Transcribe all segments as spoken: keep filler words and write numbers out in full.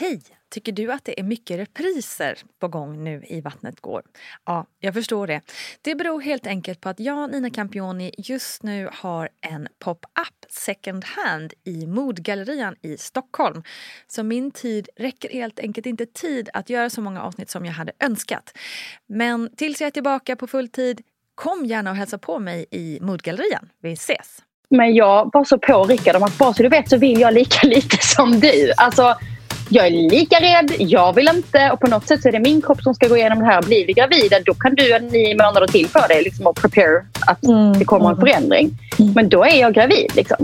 Hej! Tycker du att det är mycket repriser på gång nu i Vattnet går? Ja, jag förstår det. Det beror helt enkelt på att jag, Nina Campioni, just nu har en pop-up second hand i Modgallerian i Stockholm. Så min tid räcker helt enkelt inte tid att göra så många avsnitt som jag hade önskat. Men tills jag är tillbaka på full tid, kom gärna och hälsa på mig i Modgallerian. Vi ses! Men jag var så på Rickard om att bara så du vet så vill jag lika lite som du. Alltså... Jag är lika rädd, jag vill inte och på något sätt så är det min kropp som ska gå igenom det här. Blir vi gravida, då kan du en nio månader till för dig liksom, och prepare att mm. det kommer en förändring. Mm. Men då är jag gravid liksom.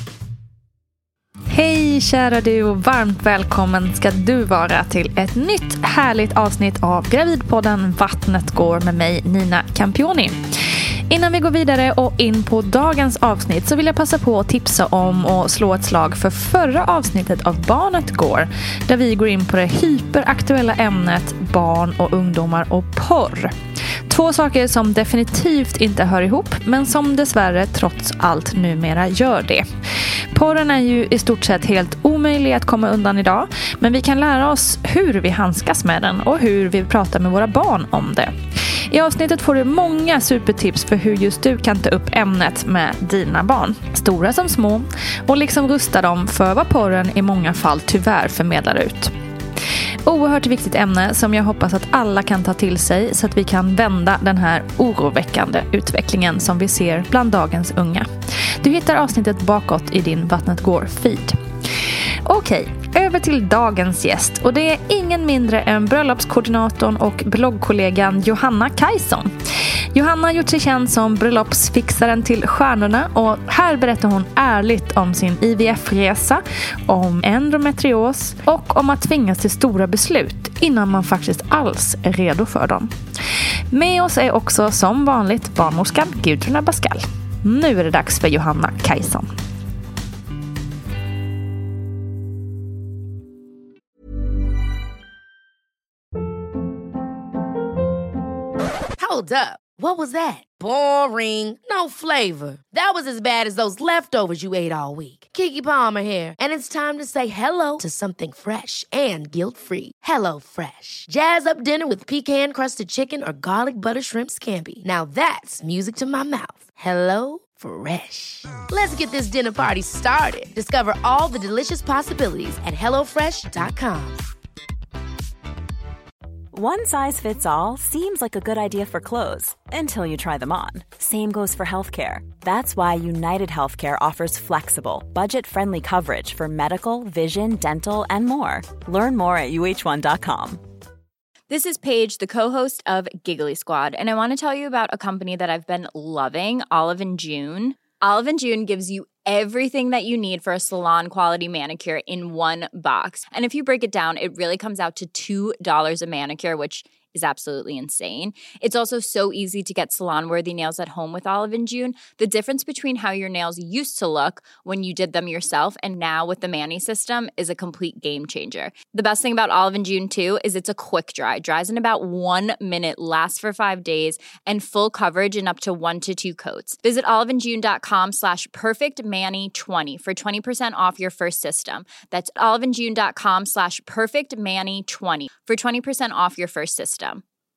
Hej kära du och varmt välkommen ska du vara till ett nytt härligt avsnitt av Gravidpodden Vattnet går med mig Nina Campioni. Innan vi går vidare och in på dagens avsnitt så vill jag passa på att tipsa om och slå ett slag för förra avsnittet av Barnet går. Där vi går in på det hyperaktuella ämnet barn och ungdomar och porr. Två saker som definitivt inte hör ihop men som dessvärre trots allt numera gör det. Porren är ju i stort sett helt omöjlig att komma undan idag, men vi kan lära oss hur vi handskas med den och hur vi pratar med våra barn om det. I avsnittet får du många supertips för hur just du kan ta upp ämnet med dina barn, stora som små, och liksom rusta dem för vad porren i många fall tyvärr förmedlar ut. Oerhört viktigt ämne som jag hoppas att alla kan ta till sig så att vi kan vända den här oroväckande utvecklingen som vi ser bland dagens unga. Du hittar avsnittet bakåt i din Vattnet går-feed. Okej, över till dagens gäst och det är ingen mindre än bröllopskoordinatorn och bloggkollegan Johanna Kajson. Johanna har gjort sig känd som bröllopsfixaren till stjärnorna och här berättar hon ärligt om sin I V F-resa, om endometrios och om att tvingas till stora beslut innan man faktiskt alls är redo för dem. Med oss är också som vanligt barnmorskan Gudrun Abascal. Nu är det dags för Johanna Kajson. Hold up. What was that? Boring. No flavor. That was as bad as those leftovers you ate all week. Keke Palmer here. And it's time to say hello to something fresh and guilt-free. Hello Fresh. Jazz up dinner with pecan-crusted chicken or garlic butter shrimp scampi. Now that's music to my mouth. Hello Fresh. Let's get this dinner party started. Discover all the delicious possibilities at hello fresh dot com. One size fits all seems like a good idea for clothes until you try them on. Same goes for healthcare. That's why United Healthcare offers flexible, budget-friendly coverage for medical, vision, dental, and more. Learn more at U H one dot com. This is Paige, the co-host of Giggly Squad, and I want to tell you about a company that I've been loving, Olive and June. Olive and June gives you everything that you need for a salon-quality manicure in one box. And if you break it down, it really comes out to two dollars a manicure, which is absolutely insane. It's also so easy to get salon-worthy nails at home with Olive and June. The difference between how your nails used to look when you did them yourself and now with the Mani system is a complete game changer. The best thing about Olive and June, too, is it's a quick dry. Dries in about one minute, lasts for five days, and full coverage in up to one to two coats. Visit oliveandjune.com slash perfectmani20 for twenty percent off your first system. That's oliveandjune.com slash perfectmani20 for twenty percent off your first system.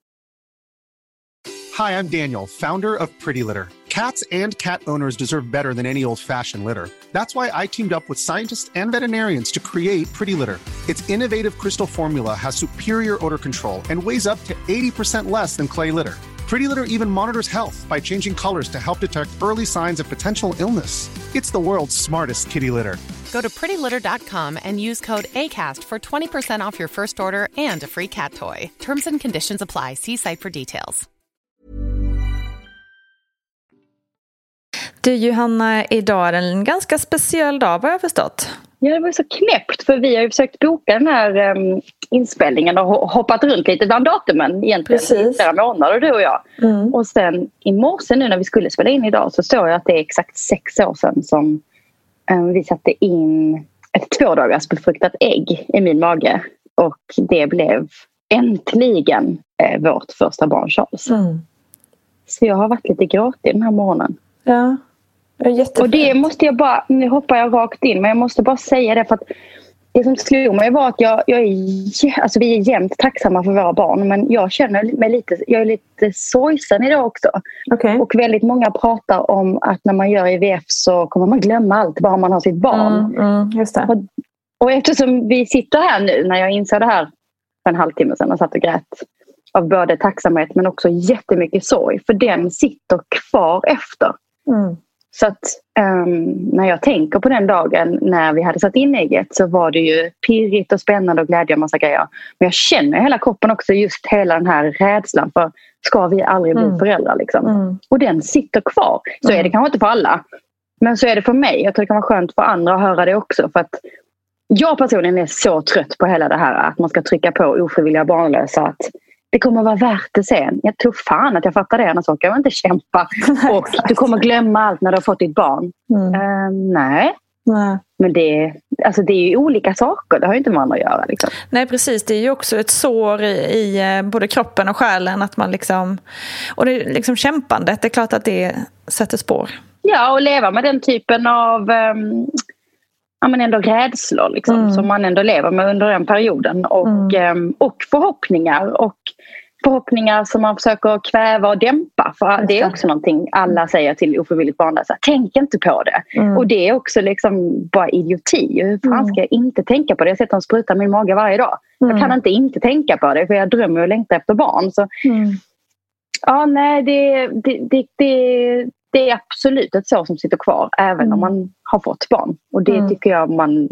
Hi, I'm Daniel, founder of Pretty Litter. Cats and cat owners deserve better than any old-fashioned litter. That's why I teamed up with scientists and veterinarians to create Pretty Litter. Its innovative crystal formula has superior odor control and weighs up to eighty percent less than clay litter. Pretty Litter even monitors health by changing colors to help detect early signs of potential illness. It's the world's smartest kitty litter. Go to pretty litter dot com and use code ACAST for twenty percent off your first order and a free cat toy. Terms and conditions apply. See site for details. Du Johanna, idag är en ganska speciell dag, vad jag har förstått. Ja, det var så knäppt för vi har ju försökt boka den här um, inspelningen och hoppat runt lite bland datumen egentligen. Precis. Flera månader du och jag. Mm. Och sen i morse nu när vi skulle spela in idag så såg jag att det är exakt sex år sedan som um, vi satte in ett två dagars befruktat ägg i min mage. Och det blev äntligen eh, vårt första barn Charles. Mm. Så jag har varit lite gråtig den här morgonen. Ja. Det och det måste jag bara, nu hoppar jag rakt in, men jag måste bara säga det för att det som slog mig var att jag, jag är, alltså vi är jämt tacksamma för våra barn, men jag känner mig lite, jag är lite sorgsen idag också. Okay. Och väldigt många pratar om att när man gör I V F så kommer man glömma allt bara man har sitt barn. Mm, mm, just det. Och, och eftersom vi sitter här nu, när jag insåg det här för en halvtimme sedan och satt och grät av både tacksamhet men också jättemycket sorg, för den sitter kvar efter. Mm. Så att um, när jag tänker på den dagen när vi hade satt in ägget så var det ju pirrigt och spännande och glädje och massa grejer. Men jag känner i hela kroppen också just hela den här rädslan för ska vi aldrig bli mm. föräldrar liksom. Mm. Och den sitter kvar. Så mm. är det kanske inte för alla. Men så är det för mig. Jag tror det kan vara skönt för andra att höra det också. För att jag personligen är så trött på hela det här att man ska trycka på ofrivilliga barnlösa att det kommer vara värt det sen. Jag tror fan att jag fattar det. Annars kan jag inte kämpa. Och du kommer glömma allt när du har fått ditt barn. Mm. Uh, nej. nej. Men det, alltså det är ju olika saker. Det har ju inte med andra att göra. Liksom. Nej, precis. Det är ju också ett sår i, i både kroppen och själen. Att man liksom, och det är liksom kämpandet. Det är klart att det sätter spår. Ja, och leva med den typen av... Um, ja, men ändå rädslor liksom, mm. som man ändå lever med under den perioden och, mm. och förhoppningar och förhoppningar som man försöker kväva och dämpa, för det är också någonting alla säger till ofrivilligt barnlösa, tänk inte på det. Mm. Och det är också liksom bara idioti. Hur fan ska jag inte tänka på det? Jag sätter en spruta i min mage varje dag. Mm. Jag kan inte inte tänka på det, för jag drömmer och längtar efter barn. Så mm. ja, nej, det, det, det, det det är absolut ett så som sitter kvar även mm. om man har fått barn. Och det mm. tycker jag man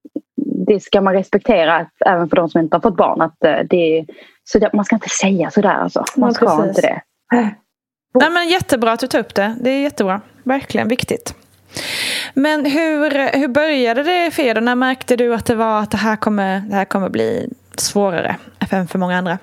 det ska man respektera även för de som inte har fått barn. Att det, så det, man ska inte säga sådär alltså. Man ska ja, inte det. Nej, men jättebra att du tar upp det. Det är jättebra. Verkligen viktigt. Men hur, hur började det för er då? När märkte du att det var att det här kommer, det här kommer bli svårare än för många andra?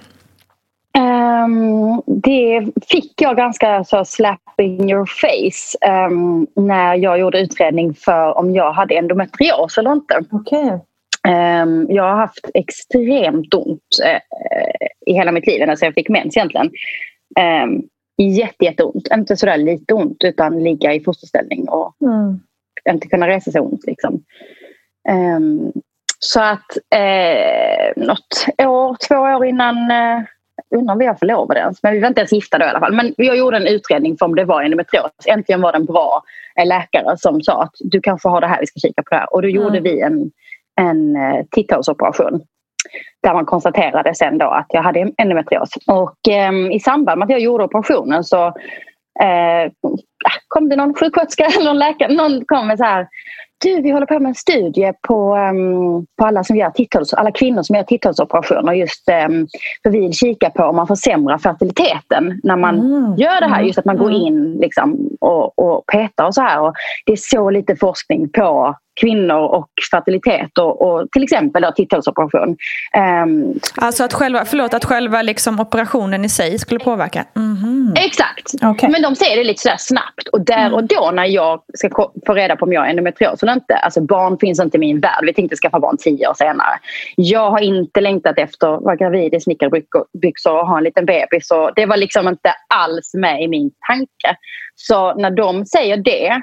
Um, det fick jag ganska så slap in your face um, när jag gjorde utredning för om jag hade endometrios eller inte. Okay. Um, jag har haft extremt ont uh, i hela mitt liv när jag fick mens egentligen. Um, jätte, jätteont. Inte sådär lite ont utan ligga i fosterställning och mm. inte kunna resa sig ont liksom. Um, så att uh, något år, två år innan uh, undrar om vi har förlovat ens, men vi var inte ens gifta då i alla fall. Men jag gjorde en utredning för om det var endometrios. Äntligen var det en bra läkare som sa att du kanske har det här, vi ska kika på det här. Och då mm. gjorde vi en, en titthålsoperation där man konstaterade sen då att jag hade endometrios. Och eh, i samband med att jag gjorde operationen så eh, kom det någon sjuksköterska eller någon läkare, någon kom med så här: du, vi håller på med en studie på, um, på alla, som gör titthåls, alla kvinnor som gör titthålsoperationer. Just um, för vi vill kika på om man försämrar fertiliteten när man mm. gör det här. Just att man går in liksom, och, och petar och så här. Och det är så lite forskning på kvinnor och fertilitet och, och till exempel då titthålsoperation. Um, alltså att själva, förlåt, att själva liksom operationen i sig skulle påverka? Mm-hmm. Exakt. Okay. Men de säger det lite sådär snabbt. Och där och då när jag ska få reda på om jag har endometrios eller inte. Alltså barn finns inte i min värld. Vi tänkte skaffa barn tio år senare. Jag har inte längtat efter att vara gravid i snickarbyxor och ha en liten bebis. Så det var liksom inte alls med i min tanke. Så när de säger det,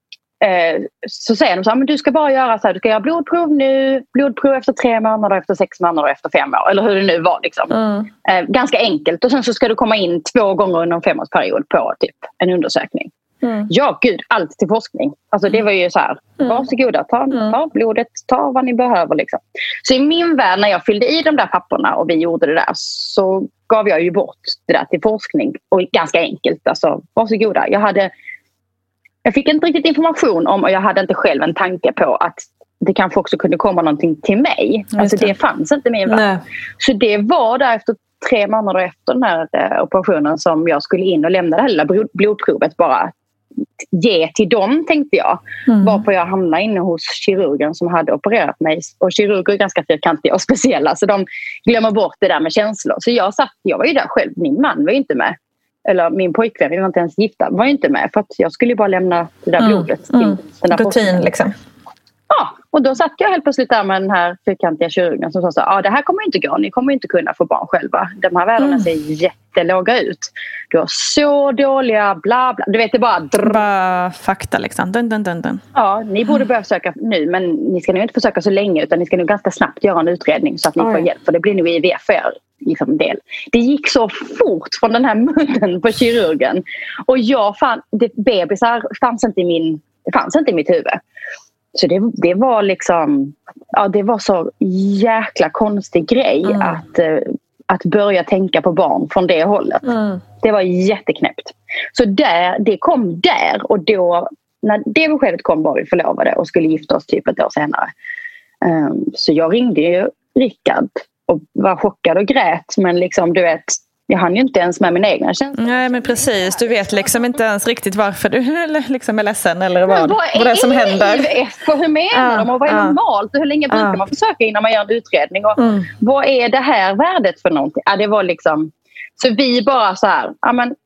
så säger de så här, men du ska bara göra så här, du ska göra blodprov nu, blodprov efter tre månader, efter sex månader och efter fem år, eller hur det nu var liksom. Mm. Eh, ganska enkelt, och sen så ska du komma in två gånger under en femårsperiod på typ en undersökning. Mm. Ja gud, allt till forskning. Alltså det var ju så här, mm. varsågoda, ta, mm. ta blodet, ta vad ni behöver liksom. Så i min värld, när jag fyllde i de där papperna och vi gjorde det där, så gav jag ju bort det där till forskning, och ganska enkelt, alltså varsågoda. Jag hade Jag fick inte riktigt information om, och jag hade inte själv en tanke på att det kanske också kunde komma någonting till mig. Just alltså det. det fanns inte i min värld. Så det var där efter tre månader efter den här eh, operationen som jag skulle in och lämna det här lilla blodprovet, bara ge till dem, tänkte jag. Mm. Varpå jag hamnade inne hos kirurgen som hade opererat mig. Och kirurger är ganska fyrkantiga och speciella, så de glömmer bort det där med känslor. Så jag satt, jag var ju där själv, min man var ju inte med. Eller min pojkvän, vi var inte ens gifta, var ju inte med. För att jag skulle ju bara lämna det där blodet mm, till mm. den där rutin liksom. Ja, Ja, och då satt jag helt plötsligt där med den här fyrkantiga kirurgen som sa så ja, det här kommer inte gå, ni kommer inte kunna få barn själva. De här värdena mm. ser jättelåga ut. Du har så dåliga bla bla. Du vet, det är bara... Drr. Bara fakta liksom. Dun, dun, dun, dun. Ja, ni borde börja försöka nu, men ni ska nog inte försöka så länge utan ni ska nog ganska snabbt göra en utredning så att ni Oj. får hjälp. För det blir nog I V F för er liksom, del. Det gick så fort från den här munnen på kirurgen. Och jag fann, det, bebisar fanns inte i min, det fanns inte i mitt huvud. Så det, det var liksom, ja det var så jäkla konstig grej mm. att, att börja tänka på barn från det hållet. Mm. Det var jätteknäppt. Så där, det kom där och då, när det beskedet kom var vi förlovade och skulle gifta oss typ ett år senare. Um, så jag ringde ju Rickard och var chockad och grät, men liksom du vet, jag hann ju inte ens med min egna känslor. Nej, men precis. Du vet liksom inte ens riktigt varför du liksom är ledsen eller vad, vad, vad det är som händer. I V F och hur menar de och vad är ja. normalt och hur länge brukar ja. man försöka innan man gör en utredning och mm. vad är det här värdet för någonting? Ja, det var liksom, så vi bara så här, ja men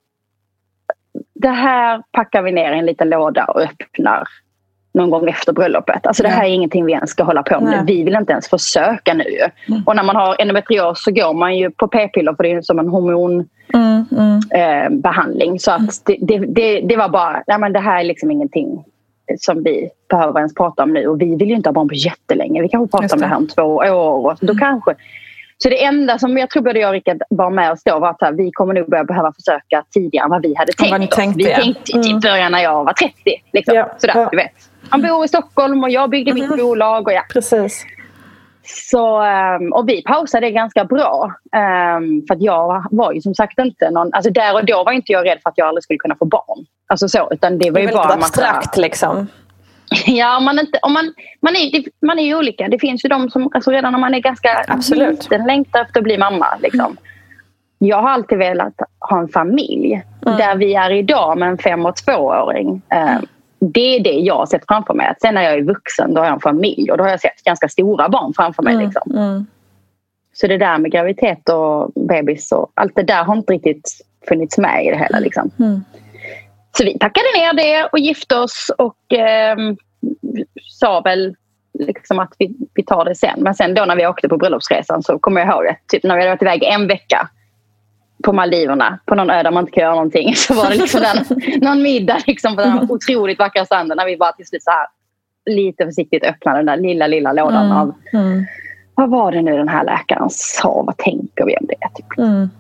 det här packar vi ner i en liten låda och öppnar någon gång efter bröllopet. Alltså det här är ingenting vi ens ska hålla på med. Nej. Vi vill inte ens försöka nu. Mm. Och när man har endometrios så går man ju på p-piller för det är som en hormonbehandling. Mm. Mm. Eh, så att det, det, det, det var bara, nej men det här är liksom ingenting som vi behöver ens prata om nu. Och vi vill ju inte ha barn på jättelänge. Vi kanske pratar om det här om två år. Och då mm. kanske. Så det enda som jag tror både jag och Rickard var med oss då var att här, vi kommer nog börja behöva försöka tidigare än vad vi hade tänkt. Vad tänkte, vi ja. tänkte mm. till början när jag var trettio. Liksom. Ja. Sådär, ja. du vet. Han bor i Stockholm och jag byggde mm. mitt bolag. Och ja. Precis. Så, och vi pausade det ganska bra. För att jag var ju som sagt inte någon... Alltså där och då var inte jag rädd för att jag aldrig skulle kunna få barn. Alltså så, utan det var ju det bara... abstrakt massa... liksom. Ja, om man, inte, om man, man, är, man är ju olika. Det finns ju de som alltså redan när man är ganska liten längtar efter att bli mamma. Liksom. Mm. Jag har alltid velat ha en familj. Mm. Där vi är idag med en fem- och tvååring. Mm. Det är det jag har sett framför mig. Att sen när jag är vuxen då har jag en familj. Och då har jag sett ganska stora barn framför mig. Mm. Liksom. Mm. Så det där med graviditet och bebis och allt det där har inte riktigt funnits med i det hela. Liksom. Mm. Så vi packade ner det och gifte oss och eh, sa väl liksom att vi, vi tar det sen. Men sen då när vi åkte på bröllopsresan så kommer jag ihåg att typ när vi hade varit iväg en vecka på Maldiverna, på någon ö där man inte kan göra någonting, så var det liksom den, någon middag liksom på den otroligt vackra stranden när vi bara till slut så här lite försiktigt öppnade den där lilla, lilla lådan mm. av mm. vad var det nu den här läkaren sa, vad tänker vi om det? Typ. Mm.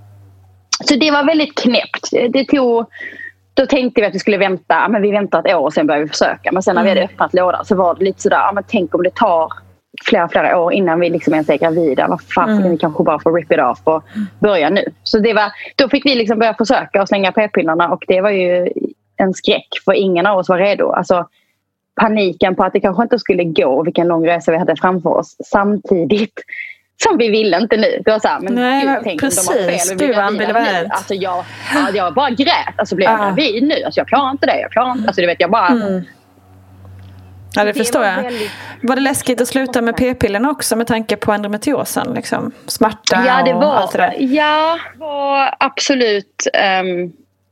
Så det var väldigt knäppt. Det tog... Då tänkte vi att vi skulle vänta, men vi väntar ett år och sen började vi försöka. Men sen när mm. vi hade öppnat lådan så var det lite sådär, ja, men tänk om det tar flera, flera år innan vi liksom ens är gravida. Vad fan, mm. vi kanske bara får rip it off och börja nu. Så det var, då fick vi liksom börja försöka och slänga p-pillerna och det var ju en skräck för ingen av oss var redo. Alltså paniken på att det kanske inte skulle gå och vilken lång resa vi hade framför oss samtidigt. Som vi ville inte nu. Det var så här, men nej, gud, tänk precis. om de har fel. Du ambivalent. Alltså jag, ja, jag bara grät. Alltså blev jag ah. gravid nu. Alltså jag klarar inte det. Jag klarar inte. Alltså du vet, jag bara... Mm. Ja, det, det förstår var jag. Väldigt... Var det läskigt att sluta med p-pillerna också med tanke på endometriosen? Liksom? Smärta ja, det var, och allt det där? Ja, det var absolut um,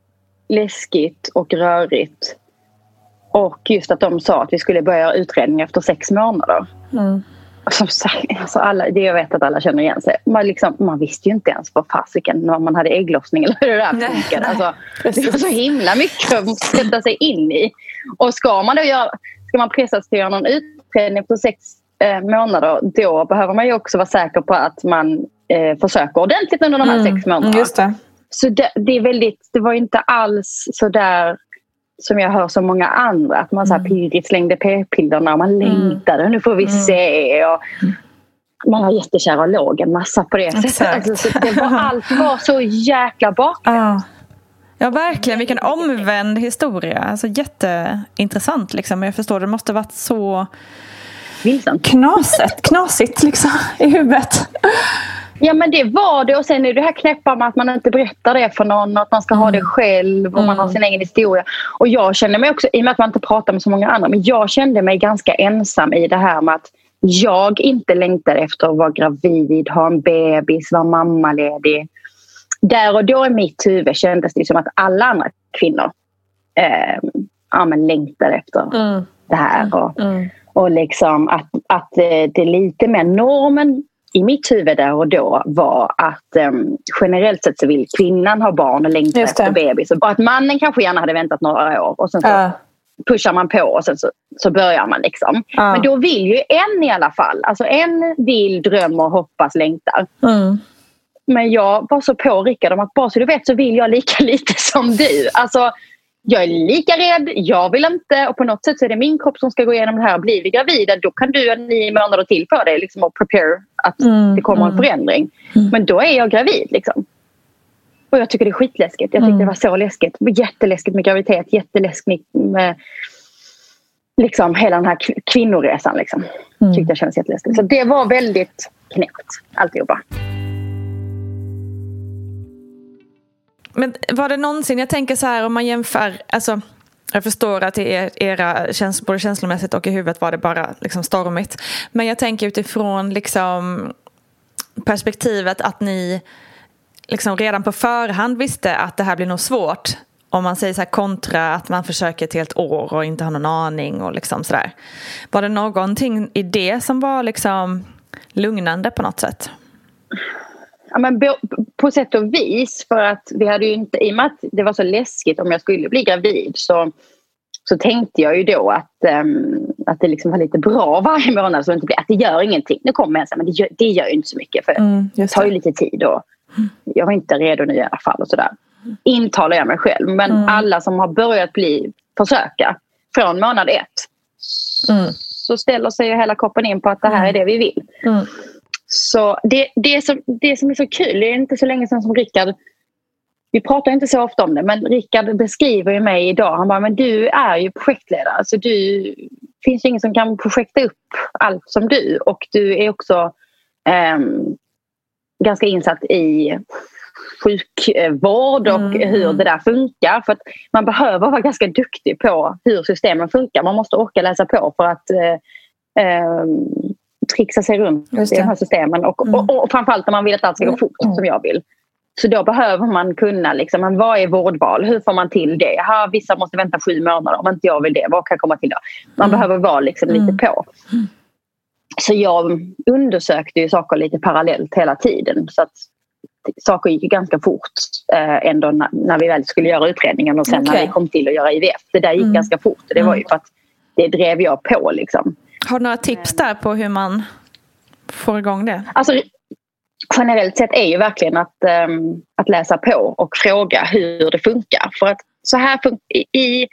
läskigt och rörigt. Och just att de sa att vi skulle börja utredning efter sex månader. Mm. Som sagt, alltså alla, det jag vet att alla känner igen sig. Man, liksom, man visste ju inte ens vad fasiken när man hade ägglossning eller hur det där funkade. Alltså, det var så himla mycket att sätta sig in i. Och ska man då göra, ska man pressas till att göra någon utredning på sex eh, månader, då behöver man ju också vara säker på att man eh, försöker ordentligt under de här mm, sex månaderna. Just det. Så det, det är väldigt, det var inte alls så där som jag hör så många andra, att man så här pirrigt slängde p-pillerna och man längtade, nu får vi mm. se och man har jättekära och låg en massa på det sättet. Alltså, så det var, allt var så jäkla bakvänt. Ja. Ja, verkligen. Vilken omvänd historia. Alltså jätteintressant liksom. Jag förstår, det måste varit så knasigt, knasigt liksom i huvudet. Ja, men det var det. Och sen är det här knäppa med att man inte berättar det för någon. Att man ska mm. ha det själv och mm. man har sin egen historia. Och jag kände mig också, i och med att man inte pratar med så många andra, men jag kände mig ganska ensam i det här med att jag inte längtar efter att vara gravid, ha en bebis, vara mammaledig. Där och då i mitt huvud kändes det som att alla andra kvinnor eh, ja, men längtar efter mm. det här. Och, mm. Och liksom att, att det är lite mer normen i mitt huvud där och då var att um, generellt sett så vill kvinnan ha barn och längtar efter bebis. Och att mannen kanske gärna hade väntat några år och sen så uh. pushar man på och sen så, så börjar man liksom. Uh. Men då vill ju en i alla fall. Alltså en vill, drömmer, hoppas, längtar. Mm. Men jag var så på Rickard om att bara så du vet så vill jag lika lite som du. Alltså jag är lika rädd, jag vill inte och på något sätt så är det min kropp som ska gå igenom det här och blir vi gravida då kan du ha nio månader till för dig liksom, och prepare att mm, det kommer mm. en förändring. Mm. Men då är jag gravid liksom. Och jag tycker det är skitläskigt. Jag tyckte mm. det var så läskigt. Jätteläskigt med graviditet, jätteläskigt med liksom hela den här kvinnoresan liksom. Mm. Tyckte jag kändes jätteläskigt. Så det var väldigt knäppt alltihopa. Men var det någonsin, jag tänker så här om man jämför, alltså jag förstår att i era käns, både känslomässigt och i huvudet var det bara liksom stormigt. Men jag tänker utifrån liksom perspektivet att ni liksom redan på förhand visste att det här blir nog svårt. Om man säger så här kontra att man försöker ett helt år och inte har någon aning och liksom sådär. Var det någonting i det som var liksom lugnande på något sätt? Ja, men på sätt och vis för att vi hade ju inte, i och med att det var så läskigt om jag skulle bli gravid så, så tänkte jag ju då att, um, att det liksom var lite bra varje månad så att det, blir, att det gör ingenting. Nu kommer jag men det gör, det gör ju inte så mycket för mm, det tar ju lite tid och jag var inte redo nu i alla fall och sådär. Intalar jag mig själv men mm. alla som har börjat bli försöka från månad ett mm. så ställer sig ju hela kroppen in på att det här är det vi vill. Mm. Så det, det, som, det som är så kul, det är inte så länge sedan som Rickard, vi pratar inte så ofta om det, men Rickard beskriver ju mig idag, han bara, men du är ju projektledare, alltså du, finns ju ingen som kan projekta upp allt som du och du är också eh, ganska insatt i sjukvård och mm. hur det där funkar, för att man behöver vara ganska duktig på hur systemen funkar, man måste orka läsa på för att eh, eh, trixa sig runt i de här systemen och, mm. och, och framförallt när man vill att allt ska gå fort mm. som jag vill. Så då behöver man kunna liksom, men vad är vårdval? Hur får man till det? Aha, vissa måste vänta sju månader om inte jag vill det. Vad kan komma till då? Man mm. behöver vara liksom mm. lite på. Mm. Så jag undersökte ju saker lite parallellt hela tiden så att saker gick ju ganska fort eh, ändå när, när vi väl skulle göra utredningen och sen okay. när vi kom till att göra I V F. Det där gick mm. ganska fort. Det var ju för att det drev jag på liksom. Har du några tips där på hur man får igång det? Alltså generellt sett är ju verkligen att, um, att läsa på och fråga hur det funkar. För att så här fun- i, i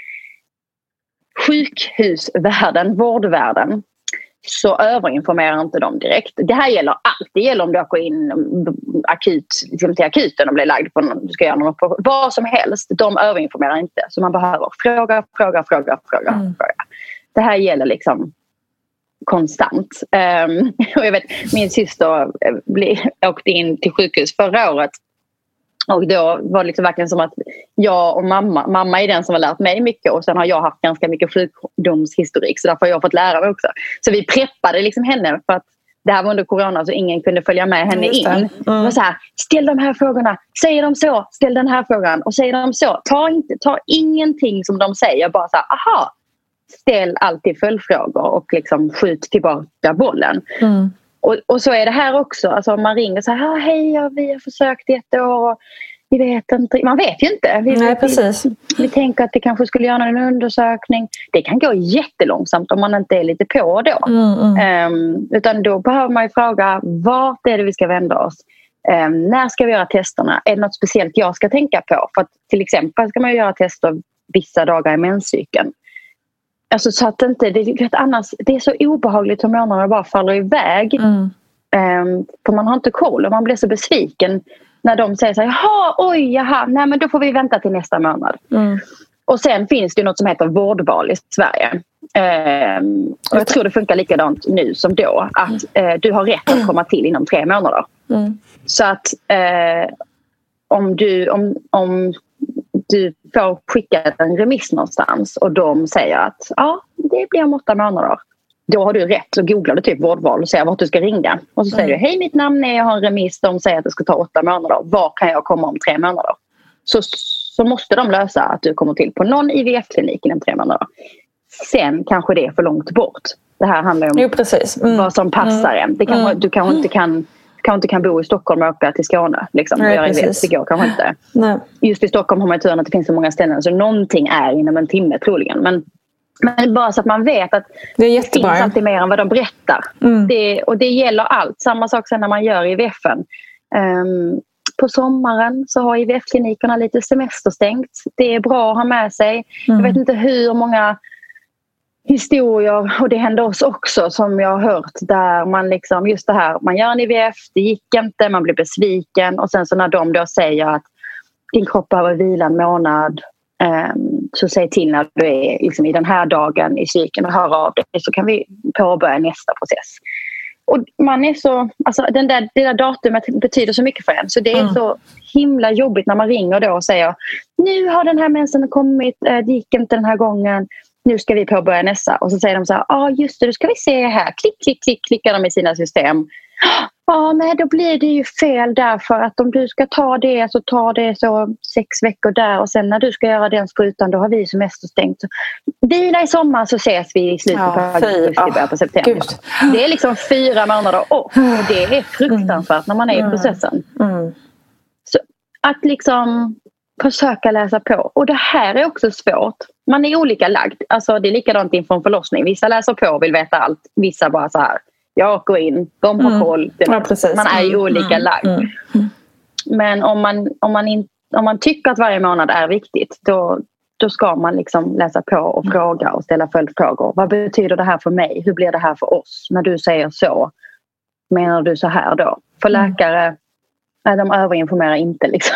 sjukhusvärlden, vårdvärlden så överinformerar inte de direkt. Det här gäller allt. Det gäller om du går in akut, liksom till akuten och blir lagd på någon, du ska göra något på vad som helst. De överinformerar inte. Så man behöver fråga, fråga, fråga, fråga, mm. fråga. Det här gäller liksom konstant. Um, och jag vet, min syster ble, åkte in till sjukhus förra året och då var det liksom verkligen som att jag och mamma, mamma är den som har lärt mig mycket och sen har jag haft ganska mycket sjukdomshistorik så därför har jag fått lära mig också. Så vi preppade liksom henne för att det här var under corona så ingen kunde följa med henne in. Mm. Det var så här, ställ de här frågorna, säger de så, ställ den här frågan och säger de så, ta, inte, ta ingenting som de säger, bara så här, aha, ställ alltid följdfrågor och liksom skjut tillbaka bollen. Mm. Och, och så är det här också. Alltså om man ringer så här, hej, ja, vi har försökt i ett år och vi vet inte. Man vet ju inte. Vi, Nej, precis. Vi, vi tänker att det kanske skulle göra en undersökning. Det kan gå jättelångsamt om man inte är lite på då. Mm, mm. Um, utan då behöver man ju fråga, vart är det vi ska vända oss? Um, när ska vi göra testerna? Är det något speciellt jag ska tänka på? För att till exempel ska man ju göra tester vissa dagar i menscykeln. Alltså så att inte, det, det, annars, det är så obehagligt hur månaderna bara faller iväg. Mm. Um, för man har inte koll och man blir så besviken när de säger så här, jaha, oj, jaha, nej men då får vi vänta till nästa månad. Mm. Och sen finns det något som heter vårdval i Sverige. Um, och jag tror det funkar likadant nu som då. Att uh, du har rätt att komma till inom tre månader. Mm. Så att uh, om du... Om, om du får skicka en remiss någonstans och de säger att ja, det blir om åtta månader. Då har du rätt, så googlar du typ vårdval och säger vart du ska ringa. Och så säger mm. du, hej mitt namn är, jag har en remiss, de säger att det ska ta åtta månader. Var kan jag komma om tre månader? Så, så måste de lösa att du kommer till på någon I V F-klinik inom tre månader. Sen kanske det är för långt bort. Det här handlar om jo, precis. Mm. vad som passar mm. en. Det kan, mm. Du kanske inte kan, kanske inte kan bo i Stockholm och åka till Skåne. Liksom, Nej, och göra det. Det går kanske inte. Nej. Just i Stockholm har man turen att det finns så många ställen. Så någonting är inom en timme troligen. Men, men bara så att man vet att det, är det finns alltid mer än vad de berättar. Mm. Det, och det gäller allt. Samma sak sen när man gör I V F:en. Um, på sommaren så har I V F-klinikerna lite semesterstängt. Det är bra att ha med sig. Mm. Jag vet inte hur många historier, och det hände oss också, som jag har hört, där man liksom, just det här, man gör en I V F, det gick inte, man blir besviken, och sen så när de då säger att din kropp behöver vila en månad, um, så säg till när du är liksom i den här dagen i cykeln och hör av dig, så kan vi påbörja nästa process. Och man är så, alltså den där, det där datumet betyder så mycket för en. Så det är mm. så himla jobbigt när man ringer då och säger nu har den här mensen kommit, det gick inte den här gången, nu ska vi påbörja nästa. Och så säger de så här, ja ah, just det, då ska vi se här, klick, klick, klick, klickar de i sina system. Ja, ah, nej då blir det ju fel därför att om du ska ta det så tar det så sex veckor där, och sen när du ska göra den sprutan då har vi semesterstängt. Vila i sommar så ses vi i slutet ja, på augusti, början på september. Gud. Det är liksom fyra månader och det är fruktansvärt när man är i processen. Mm. Så att liksom försöka läsa på. Och det här är också svårt. Man är olika lagd. Alltså det är likadant inför en förlossning. Vissa läser på och vill veta allt. Vissa bara så här, jag går in, de har koll. Mm. Ja, man är ju olika mm. lagd. Mm. Mm. Men om man, om, man in, om man tycker att varje månad är viktigt, då, då ska man liksom läsa på och mm. fråga och ställa följdfrågor. Vad betyder det här för mig? Hur blir det här för oss? När du säger så, menar du så här då? För läkare, nej, de överinformerar inte liksom.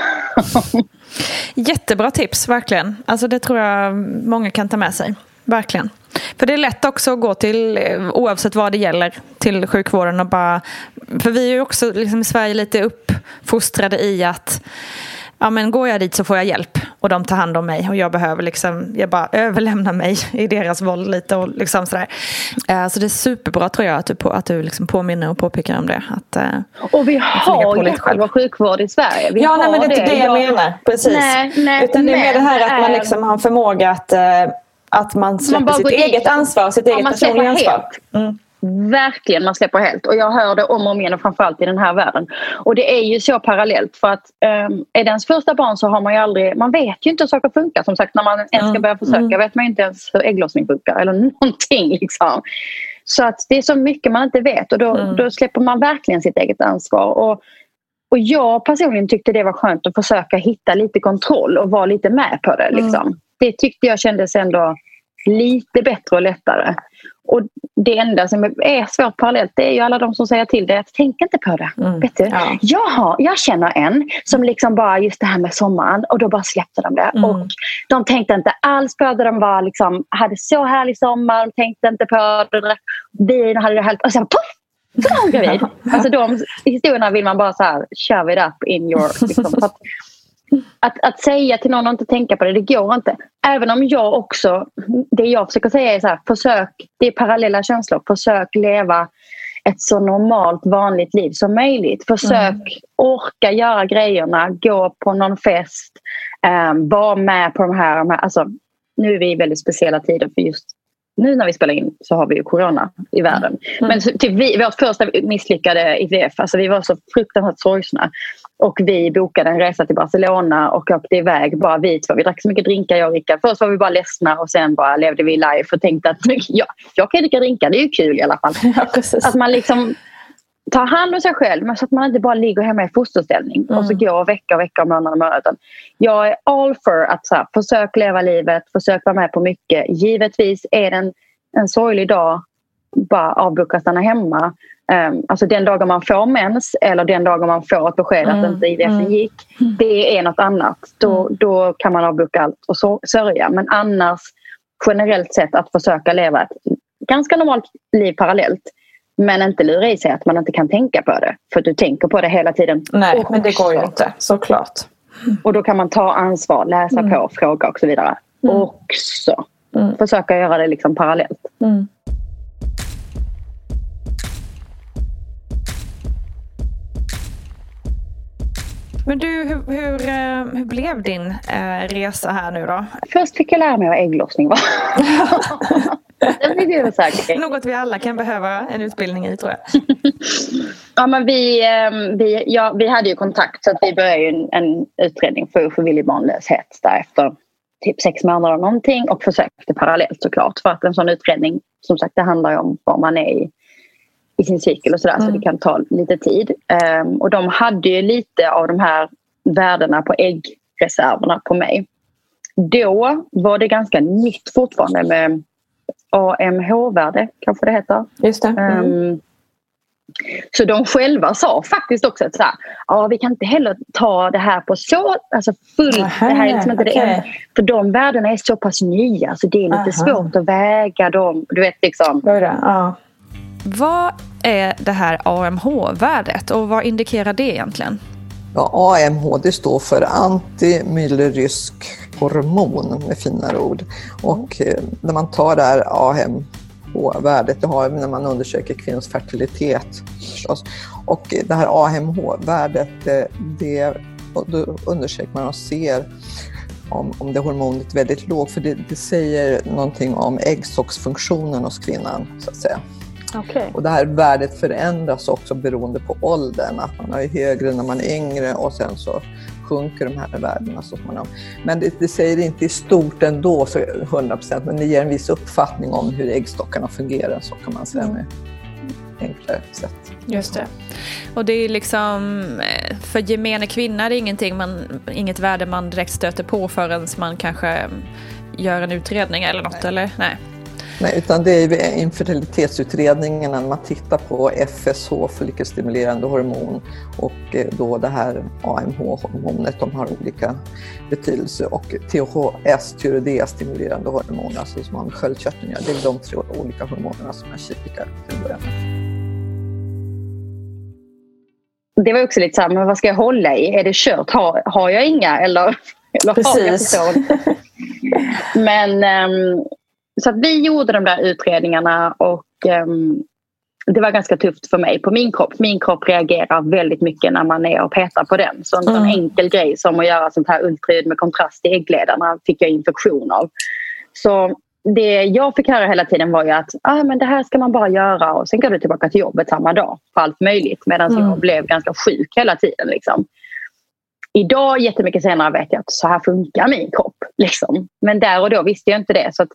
Jättebra tips, verkligen. Alltså det tror jag många kan ta med sig. Verkligen. För det är lätt också att gå till, oavsett vad det gäller, till sjukvården och bara, för vi är ju också liksom i Sverige lite uppfostrade i att ja, men går jag dit så får jag hjälp och de tar hand om mig och jag behöver liksom, jag bara överlämnar mig i deras våld lite och liksom sådär. Uh, så det är superbra tror jag att du, på, att du liksom påminner och påpekar om det. Att, uh, och vi har ju själva sjukvård i Sverige. Vi ja, nej, men det är inte det jag, jag menar. Precis. Nej, nej, utan det är mer det här att är... man liksom har förmåga att, uh, att man släpper man sitt eget ansvar, sitt ja, eget personliga ansvar. Mm. Verkligen, man släpper helt. Och jag hör det om och om igen och framförallt i den här världen. Och det är ju så parallellt för att um, är det ens första barn så har man ju aldrig, man vet ju inte hur saker funkar. Som sagt, när man ens ska börja försöka mm. vet man ju inte ens hur ägglossning funkar eller någonting liksom. Så att det är så mycket man inte vet och då, mm. då släpper man verkligen sitt eget ansvar. Och, och jag personligen tyckte det var skönt att försöka hitta lite kontroll och vara lite med på det liksom. Mm. Det tyckte jag kändes ändå lite bättre och lättare. Och det enda som är svårt parallellt, det är ju alla de som säger till dig att tänk inte på det. Mm. Vet du? Ja. Jag, har, jag känner en som liksom bara just det här med sommaren och då bara släppte de det. Mm. Och de tänkte inte alls på det. De var liksom, hade så härlig sommar, de tänkte inte på det. Vi hade det helt, och sen poff! Så var hon gravid. Alltså de historierna vill man bara så här shove it up in your... Liksom, för att, Att, att säga till någon och inte tänka på det, det går inte. Även om jag också, det jag försöker säga är så här, försök, det är parallella känslor, försök leva ett så normalt, vanligt liv som möjligt. Försök mm. orka göra grejerna, gå på någon fest, um, vara med på de här, de här, alltså nu är vi i väldigt speciella tider för just nu när vi spelar in så har vi ju corona i världen. Mm. Men typ vi, vårt första misslyckade I V F, alltså vi var så fruktansvärt sorgsna. Och vi bokade en resa till Barcelona och åkte iväg bara vi två. Vi drack så mycket drinkar, jag och Rickard. Först var vi bara ledsna och sen bara levde vi live och tänkte att ja, jag kan dricka drinkar, det är ju kul i alla fall. Ja, att man liksom tar hand om sig själv men så att man inte bara ligger hemma i fosterställning mm. och så går vecka och vecka och månader och månader. Jag är all for att så här, försök leva livet, försök vara med på mycket. Givetvis är det en, en sorglig dag, bara avboka stanna hemma. Um, alltså den dagen man får mens eller den dagen man får ett besked mm. att inte I V F mm. gick, det är något annat. Då, då kan man avboka allt och så, sörja. Men annars generellt sett att försöka leva ett ganska normalt liv parallellt. Men inte lura i sig att man inte kan tänka på det. För du tänker på det hela tiden. Nej, och men det går ju inte, såklart. Och då kan man ta ansvar, läsa mm. på, fråga och så vidare. Mm. Också mm. försöka göra det liksom parallellt. Mm. Men du, hur, hur, hur blev din eh, resa här nu då? Först fick jag lära mig vad ägglossning var. det blir ju säkert. Något vi alla kan behöva en utbildning i, tror jag. Ja, men vi, vi, ja, vi hade ju kontakt så att vi började en, en utredning för ofrivillig barnlöshet därefter typ sex månader eller någonting och försökte parallellt såklart för att en sån utredning, som sagt, det handlar ju om var man är i, i sin cykel och sådär mm. så det kan ta lite tid. Um, och de hade ju lite av de här värdena på äggreserverna på mig. Då var det ganska nytt fortfarande med A M H-värde, kanske det heter. Just det. Mm. Um, så de själva sa faktiskt också att så här, ja, vi kan inte heller ta det här på så alltså fullt. Aha, det här är liksom inte okay. det. För de värdena är så pass nya så det är lite Aha. svårt att väga dem. Du vet liksom. Vad är det? Ja. Vad är det här A M H-värdet och vad indikerar det egentligen? Ja, A M H det står för antimyllyrisk hormon med finare ord. Och eh, när man tar det här A M H-värdet, det har när man undersöker kvinnors fertilitet förstås. Och det här A M H-värdet, det, det då undersöker man och ser om, om det hormonet är väldigt lågt. För det, det säger någonting om äggstocksfunktionen hos kvinnan, så att säga. Okay. Och det här värdet förändras också beroende på åldern. Att man är högre när man är yngre och sen så sjunker de här värdena så småningom. Men det, det säger inte i stort ändå så hundra procent, men det ger en viss uppfattning om hur äggstockarna fungerar, så kan man säga med enklare sätt. Just det. Och det är liksom, för gemene kvinna är det ingenting man, inget värde man direkt stöter på förrän man kanske gör en utredning eller något, Nej. eller? Nej. Nej, utan det är infertilitetsutredningen när man tittar på F S H, follikelstimulerande hormon, och då det här A M H-hormonet, de har olika betydelse, och T H S, tyroidea-stimulerande hormon, alltså som har med sköldkörteln gör. Det är de tre olika hormonerna som jag kikar till början. Det var också lite så här, men vad ska jag hålla i? Är det kört? Har, har jag inga? Eller, eller Precis. Har jag men... Um, Så att vi gjorde de där utredningarna och um, det var ganska tufft för mig på min kropp. Min kropp reagerar väldigt mycket när man är och petar på den. Så en mm. enkel grej som att göra sånt här ultraljud med kontrast i äggledarna fick jag infektion av. Så det jag fick höra hela tiden var ju att ah, men det här ska man bara göra och sen går du tillbaka till jobbet samma dag för allt möjligt. Medan mm. jag blev ganska sjuk hela tiden liksom. Idag jättemycket senare vet jag att så här funkar min kropp. Liksom. Men där och då visste jag inte det, så att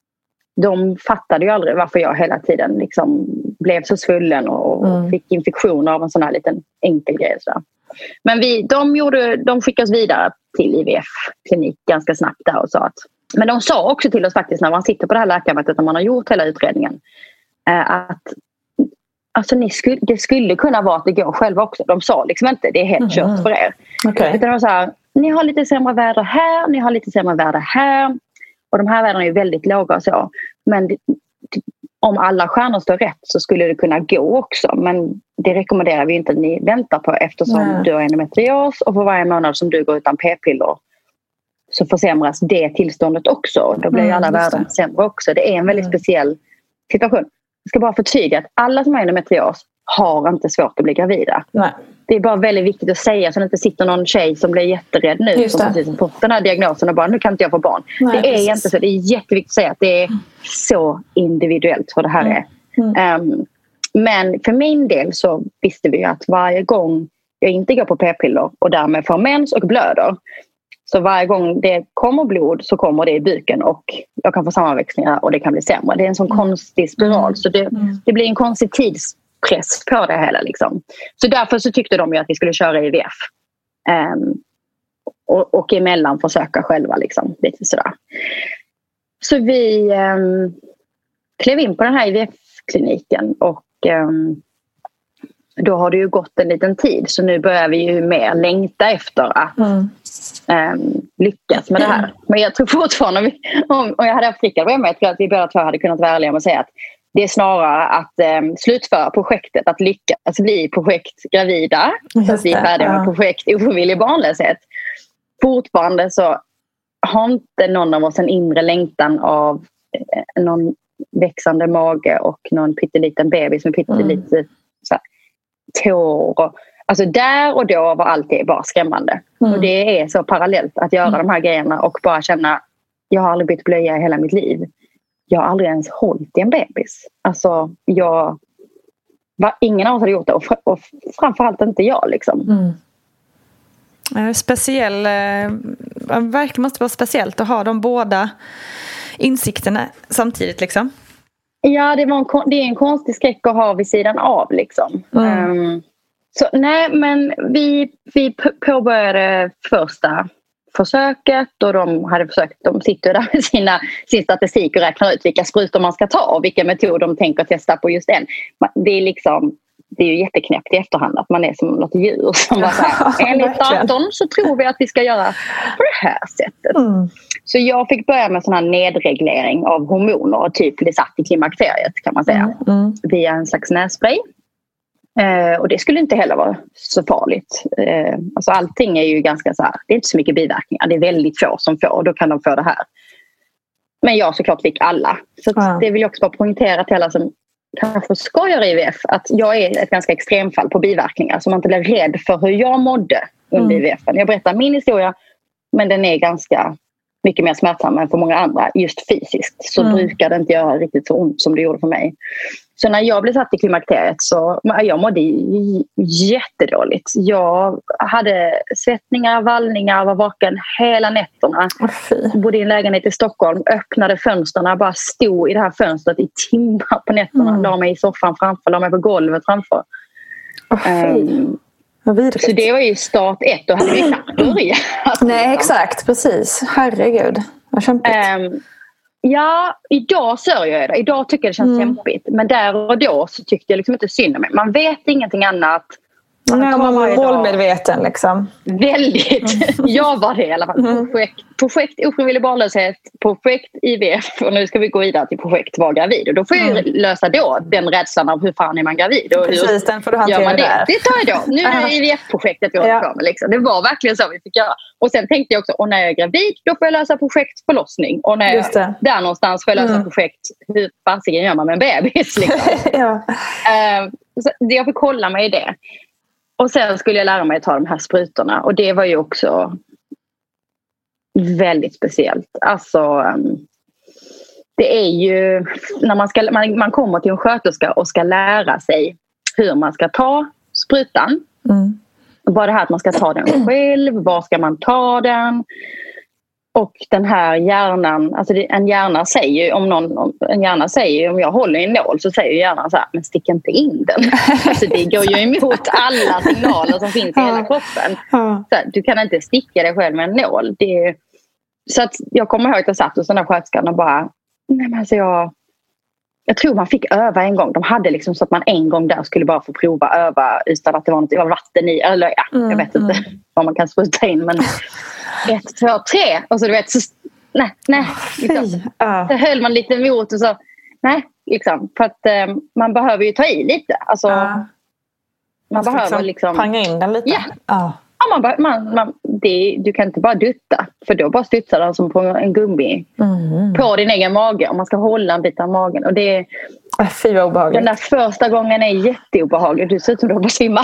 de fattade ju aldrig varför jag hela tiden liksom blev så svullen och mm. fick infektioner av en sån här liten enkel grej. Så. Men vi, de, gjorde, de skickade oss vidare till I V F-klinik ganska snabbt där och sa att... Men de sa också till oss faktiskt när man sitter på det här läkarmötet när man har gjort hela utredningen att alltså, ni skulle, det skulle kunna vara att det går själva också. De sa liksom inte det är helt kört mm. för er. Okay. Utan de sa ni har lite sämre väder här, ni har lite sämre väder här. Och de här värdena är ju väldigt låga och så. Men det, om alla stjärnor står rätt så skulle det kunna gå också. Men det rekommenderar vi inte att ni väntar på eftersom Nej. du har endometrios. Och för varje månad som du går utan p-piller så försämras det tillståndet också. Då blir ju alla mm, värden sämre också. Det är en väldigt mm. speciell situation. Jag ska bara förtydliga att alla som har endometrios har inte svårt att bli gravida. Nej. Det är bara väldigt viktigt att säga så att det inte sitter någon tjej som blir jätterädd nu som precis har fått den här diagnosen och bara nu kan inte jag få barn. Nej, det är precis. inte så. Det är jätteviktigt att säga att det är så individuellt vad det här är. Mm. Um, men för min del så visste vi att varje gång jag inte går på p-piller och därmed får mens och blöder, så varje gång det kommer blod så kommer det i buken och jag kan få sammanväxningar och det kan bli sämre. Det är en sån mm. konstig spiral mm. så det, mm. det blir en konstig tids press på det hela liksom. Så därför så tyckte de ju att vi skulle köra I V F um, och, och emellan försöka själva liksom, lite sådär. Så vi um, klev in på den här I V F-kliniken och um, då har det ju gått en liten tid så nu börjar vi ju mer längta efter att mm. um, lyckas med det här. Men jag tror fortfarande vi, om, om jag hade haft Rickard med mig, jag tror att vi båda två hade kunnat vara ärliga och säga att det är snarare att um, slutföra projektet, att lyckas alltså bli projekt gravida, så att vi är färdiga med projekt ofrivillig barnlöshet. Fortfarande så har inte någon av oss en inre längtan av eh, någon växande mage och någon pytteliten bebis med pyttelite mm. så här, tår. Och, alltså där och då var allt det bara skrämmande. Mm. Och det är så parallellt att göra mm. de här grejerna och bara känna jag har aldrig bytt blöja i hela mitt liv. jag har aldrig ens hållit i en bebis. Alltså jag var, ingen av oss hade gjort det och, fr- och framförallt inte jag liksom. Mm. Speciell, verkligen måste vara speciellt att ha de båda insikterna samtidigt liksom. Ja, det, var en, det är en konstig skräck att ha vid sidan av liksom. Mm. Um, så nej, men vi, vi påbörjade första försöket och de hade försökt, de sitter där med sina, sin statistik och räknar ut vilka sprutor man ska ta och vilka metoder de tänker testa på just den. Det är liksom, det är ju jätteknäppt i efterhand att man är som något djur som bara såhär, enligt datorn så tror vi att vi ska göra på det här sättet. Mm. Så jag fick börja med sån här nedreglering av hormoner och typ det satt i klimakteriet kan man säga. Mm. Mm. Via en slags nässpray. Eh, och det skulle inte heller vara så farligt. Eh, alltså allting är ju ganska så här, det är inte så mycket biverkningar. Det är väldigt få som får och då kan de få det här. Men jag såklart fick alla. Så mm. det vill jag också bara poängtera till alla som kanske ska göra I V F att jag är ett ganska extremfall på biverkningar så man inte blir rädd för hur jag mådde under mm. I V F. Jag berättar min historia men den är ganska mycket mer smärtsam än för många andra just fysiskt så mm. brukar det inte göra riktigt så ont som det gjorde för mig. Så när jag blev satt i klimakteriet så jag mådde jättedåligt. Jag hade svettningar, vallningar, var vaken hela nätterna. Oh, bodde i en lägenhet i Stockholm, öppnade fönsterna, bara stod i det här fönstret i timmar på nätterna. Mm. La mig i soffan framför, la mig på golvet framför. Oh, um, så det var ju start ett, då hade vi knappt börjat. Nej, exakt, precis. Herregud, vad kämpigt. Um, Ja, idag sörjer jag det. Idag tycker jag det känns mm. kämpigt. Men där och då så tyckte jag liksom inte synd om mig. Man vet ingenting annat. Man, Nej, man var målmedveten liksom. Väldigt. Jag var det i alla fall. Mm. Projekt, projekt ofrivillig barnlöshet, projekt I V F och nu ska vi gå vidare till projekt var gravid. Och då får jag mm. lösa då den rädslan av hur fan är man gravid. Och Precis, hur den får du hantera man det. där. Det tar jag då. Nu är det I V F-projektet vi håller ja. på med. Liksom. Det var verkligen så vi fick göra. Och sen tänkte jag också, och när jag är gravid då får jag lösa projekt förlossning. Och när jag, där någonstans får jag lösa mm. projekt hur fasiken gör man med en bebis. Liksom. ja. uh, så jag fick hålla mig i det. Och sen skulle jag lära mig att ta de här sprutorna. Och det var ju också väldigt speciellt. Alltså, det är ju... När man, ska, man, man kommer till en sköterska och ska lära sig hur man ska ta sprutan. Mm. Bara det här att man ska ta den själv. Var ska man ta den? Och den här hjärnan, alltså en hjärna säger ju om någon, en hjärna säger om jag håller i en nål så säger hjärnan så här, men stick inte in den. Alltså det går ju emot alla signaler som finns i hela kroppen. Så här, du kan inte sticka dig själv med en nål. Det, så att jag kommer ihåg att jag satt hos den där sköterskan och bara, nej men alltså jag, jag tror man fick öva en gång. De hade liksom så att man en gång där skulle bara få prova öva utan att det var något, det var vatten i, eller ja, mm, jag vet inte mm. vad man kan spruta in men ett, två, tre och så du vet så, nej, nej liksom. uh. Så höll man lite emot och så nej, liksom, för att um, man behöver ju ta i lite alltså uh. man, man behöver liksom, liksom panga in den lite ja, uh. ja man, man, man, det, du kan inte bara dutta för då bara studsar den som på en gummi mm. på din egen mage om man ska hålla en bit av magen och det äh, fy vad obehagligt. Den där första gången är jätteobehaglig du ser ut som du har på simma.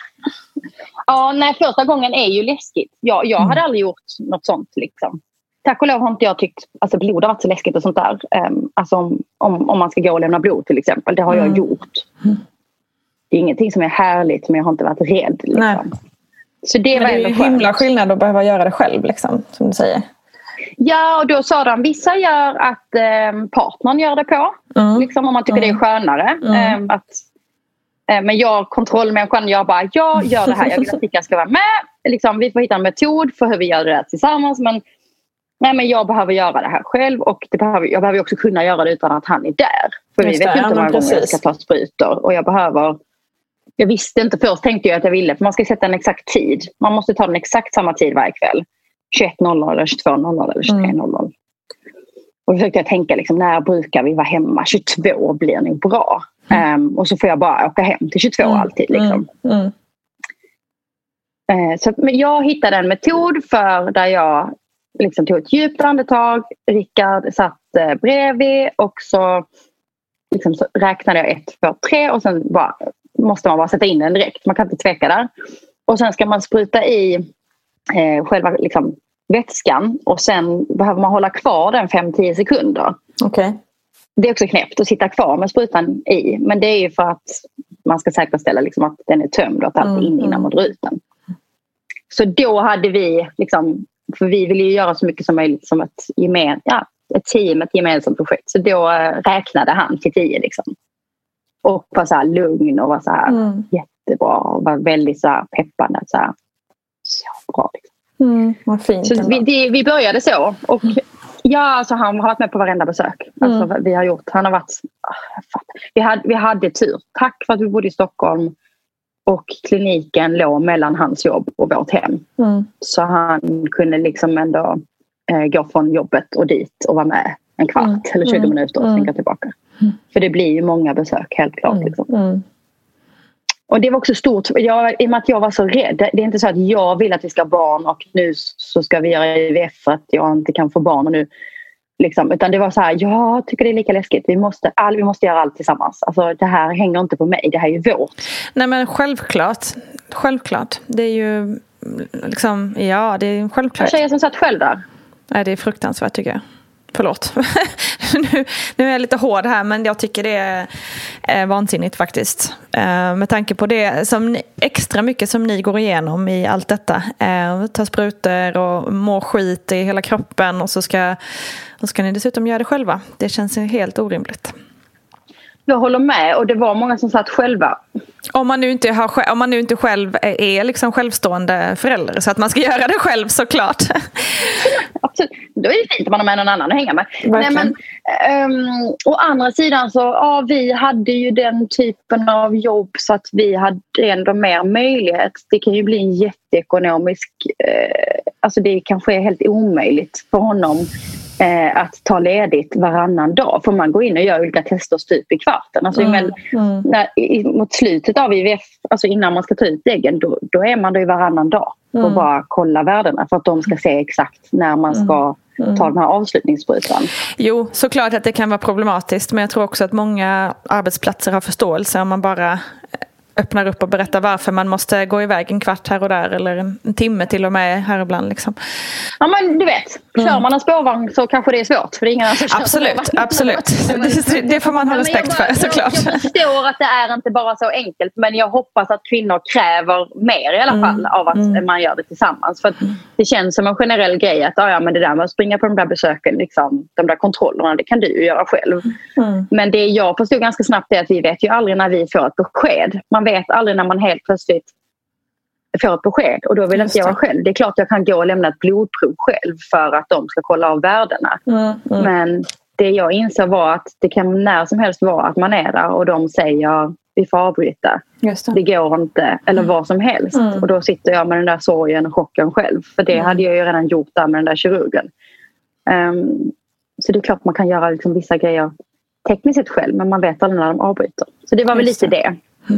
Ja, nej, första gången är ju läskigt. Jag, jag mm. hade aldrig gjort något sånt liksom. Tack och lov har inte jag tyckt alltså blod har varit så läskigt och sånt där. Um, alltså om, om, om man ska gå och lämna blod till exempel. Det har mm. jag gjort. Mm. Det är ingenting som är härligt men jag har inte varit rädd liksom. Nej. Så det, men var det är ju himla skillnad att behöva göra det själv liksom, som du säger. Ja, och då sa de vissa gör att um, partnern gör det på. Mm. Liksom, om man tycker mm. det är skönare. Mm. Um, att Men jag, kontrollmänniskan, jag bara, jag gör det här. Jag vill att Rickard ska vara med. Liksom, vi får hitta en metod för hur vi gör det här tillsammans. Men, nej, men jag behöver göra det här själv. Och det behöver, jag behöver också kunna göra det utan att han är där. För Just vi vet det, inte hur många gånger jag ska ta sprutor. Och jag behöver... Jag visste inte först, tänkte jag att jag ville. För man ska sätta en exakt tid. Man måste ta den exakt samma tid varje kväll. tjugoett noll noll eller tjugotvå noll noll eller tjugotre noll noll. Mm. Och då försökte jag tänka, liksom, när brukar vi vara hemma? tjugotvå blir nog bra. Mm. Um, och så får jag bara åka hem till tjugotvå mm. alltid. Liksom. Mm. Mm. Uh, så, men jag hittade en metod för där jag liksom tog ett djupt andetag. Rickard satt uh, bredvid och så, liksom, så räknade jag ett, två, tre och sen bara, måste man bara sätta in den direkt. Man kan inte tveka där. Och sen ska man spruta i uh, själva liksom, vätskan och sen behöver man hålla kvar den fem till tio sekunder. Okej. Okay. det är också knäppt att sitta kvar med sprutan i. Men det är ju för att man ska säkerställa liksom att den är tömd och att allt är inne innan man drar ut den. Så då hade vi, liksom, för vi ville ju göra så mycket som möjligt som ett, gemen, ja, ett team, ett gemensamt projekt. Så då räknade han till tio liksom. Och var så här lugn och var så här mm. jättebra och var väldigt så här peppande. Så, här, så bra liksom. Mm, vad fint. Så vi, det, vi började så. Och ja, alltså han har varit med på varenda besök. Alltså, mm. vi har gjort, han har varit, oh, vi, hade, vi hade tur. Tack för att vi bodde i Stockholm. Och kliniken låg mellan hans jobb och vårt hem. Mm. Så han kunde liksom ändå eh, gå från jobbet och dit och vara med en kvart mm. eller tjugo mm. minuter och sen gå tillbaka. Mm. För det blir ju många besök, helt klart. Mm. Liksom. Mm. Och det var också stort. Jag, I och med att jag var så rädd. Det är inte så att jag vill att vi ska ha barn och nu så ska vi göra I V F för att jag inte kan få barn. Och nu, liksom. Utan det var så här, jag tycker det är lika läskigt. Vi måste, all, vi måste göra allt tillsammans. Alltså, det här hänger inte på mig. Det här är ju vårt. Nej men självklart. Självklart. Det är ju liksom, ja det är självklart. Tjejer som satt själv där. Nej, det är fruktansvärt tycker jag. Förlåt. nu, nu är jag lite hård här, men jag tycker det är eh, vansinnigt faktiskt. Eh, med tanke på det som ni, extra mycket som ni går igenom i allt detta. Eh, ta sprutor och må skit i hela kroppen och så ska, och ska ni dessutom göra det själva. Det känns helt orimligt. Jag håller med, och det var många som satt själva. Om man nu inte, har, om man nu inte själv är liksom självstående förälder, så att man ska göra det själv såklart. Absolut. Då är det fint att man har med någon annan att hänga med. Nej, men, um, å andra sidan så ja, vi hade ju den typen av jobb så att vi hade ändå mer möjlighet. Det kan ju bli en jätteekonomisk, eh, alltså det kanske är helt omöjligt för honom eh, att ta ledigt varannan dag. För man går in och gör olika tester stup i kvarten. Alltså, mm. men, mm. När, i, mot slutet av I V F, alltså innan man ska ta ut äggen, då, då är man då i varannan dag. Mm. Och bara kolla värdena för att de ska se exakt när man ska mm. ta den här avslutningssprutan. Jo, såklart att det kan vara problematiskt, men jag tror också att många arbetsplatser har förståelse om man bara öppnar upp och berättar varför man måste gå iväg en kvart här och där eller en timme till och med här ibland liksom. Ja men du vet, kör man en spårvagn så kanske det är svårt för det är ingen annan som kör. Absolut, absolut. Det, det får man ha respekt för såklart. Jag, jag förstår att det är inte bara så enkelt, men jag hoppas att kvinnor kräver mer i alla fall mm. av att mm. man gör det tillsammans. För att det känns som en generell grej att ah, ja, men det där med att springa på de där besöken, liksom, de där kontrollerna, det kan du ju göra själv. Mm. Men det jag förstod ganska snabbt är att vi vet ju aldrig när vi får ett besked. Man vet aldrig när man helt plötsligt får ett besked och då vill inte jag vara själv. Det är klart jag kan gå och lämna ett blodprov själv för att de ska kolla av värdena. Mm, mm. Men det jag insåg var att det kan när som helst vara att man är där och de säger vi får avbryta. Just det. Det går inte. Eller mm. vad som helst. Mm. Och då sitter jag med den där sorgen och chocken själv. För det mm. hade jag ju redan gjort där med den där kirurgen. Um, så det är klart man kan göra liksom vissa grejer tekniskt sett själv, men man vet aldrig när de avbryter. Så det var väl lite det. Mm.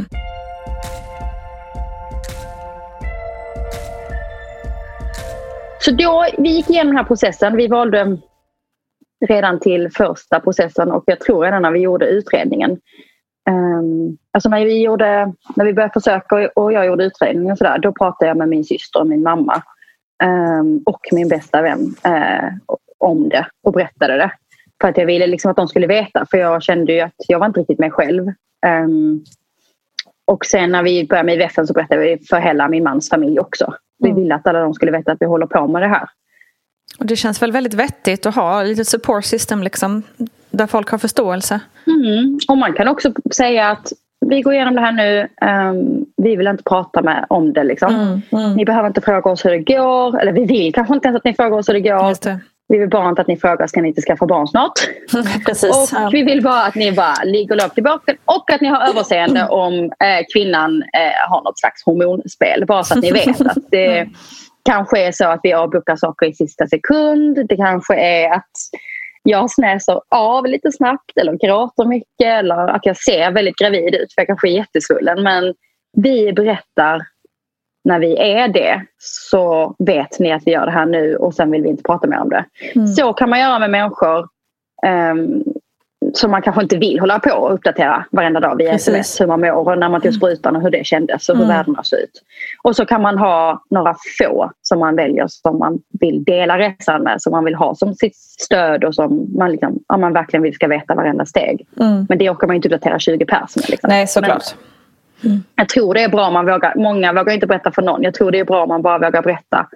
Så då, vi gick igenom den här processen. Vi valde redan till första processen och jag tror redan när vi gjorde utredningen. Um, alltså när vi, gjorde, när vi började försöka och jag gjorde utredningen och sådär, då pratade jag med min syster och min mamma um, och min bästa vän uh, om det och berättade det. För att jag ville liksom att de skulle veta, för jag kände ju att jag var inte riktigt mig själv. Um, och sen när vi började med I V F så berättade vi för hela min mans familj också. Vi ville att alla de skulle veta att vi håller på med det här. Och det känns väl väldigt vettigt att ha lite support system liksom, där folk har förståelse. Mm. Och man kan också säga att vi går igenom det här nu. Um, vi vill inte prata med om det. Liksom. Mm. Mm. Ni behöver inte fråga oss hur det går. Eller vi vill kanske inte ens att ni frågar oss hur det går. Just det. Vi vill bara inte att ni frågar, ska ni inte skaffa barn snart? Precis, och ja. Vi vill bara att ni bara ligger lågt i baken och att ni har överseende om eh, kvinnan eh, har något slags hormonspel. Bara så att ni vet att det mm. kanske är så att vi avbokar saker i sista sekund. Det kanske är att jag snäser av lite snabbt eller gråter mycket eller att jag ser väldigt gravid ut för jag kanske är jättesvullen. Men vi berättar när vi är det, så vet ni att vi gör det här nu och sen vill vi inte prata mer om det. Mm. Så kan man göra med människor um, Så man kanske inte vill hålla på och uppdatera varenda dag via sms hur man mår och när man tog sprutan och hur det kändes och hur mm. värdena ser ut. Och så kan man ha några få som man väljer som man vill dela resan med, som man vill ha som sitt stöd och som man, liksom, om man verkligen vill ska veta varenda steg. Mm. Men det orkar man inte uppdatera tjugo pers med. Liksom. Nej, såklart. Mm. Jag tror det är bra om man vågar, många vågar inte berätta för någon. Jag tror det är bra om man bara vågar berätta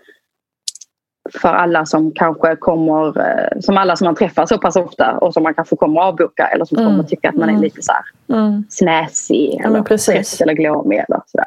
för alla som kanske kommer, som alla som man träffar så pass ofta och som man kanske kommer avboka eller som mm. kommer tycka att man är lite så här mm. snäsig eller press eller glåmig eller sådär.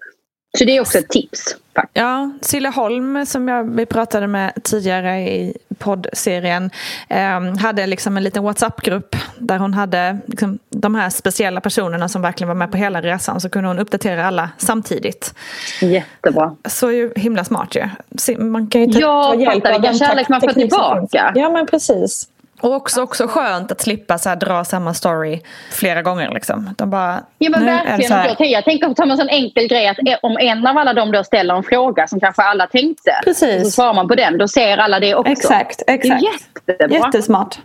Så det är också ett tips. Faktiskt. Ja, Silla Holm som jag, vi pratade med tidigare i poddserien eh, hade liksom en liten WhatsApp-grupp där hon hade liksom, de här speciella personerna som verkligen var med på hela resan, så kunde hon uppdatera alla samtidigt. Jättebra. Så är ju himla smart ju. Man kan ju ta, ja, ta hjälp av den kärlek man får tillbaka. Ja, men precis. Och också, också skönt att slippa så här, dra samma story flera gånger. Liksom. De bara, ja, men verkligen. Jag, jag tänker på en sån enkel grej att om en av alla dem då ställer en fråga som kanske alla tänkte. Precis. Så svarar man på den. Då ser alla det också. Exakt, exakt. Jättebra. Jättesmart.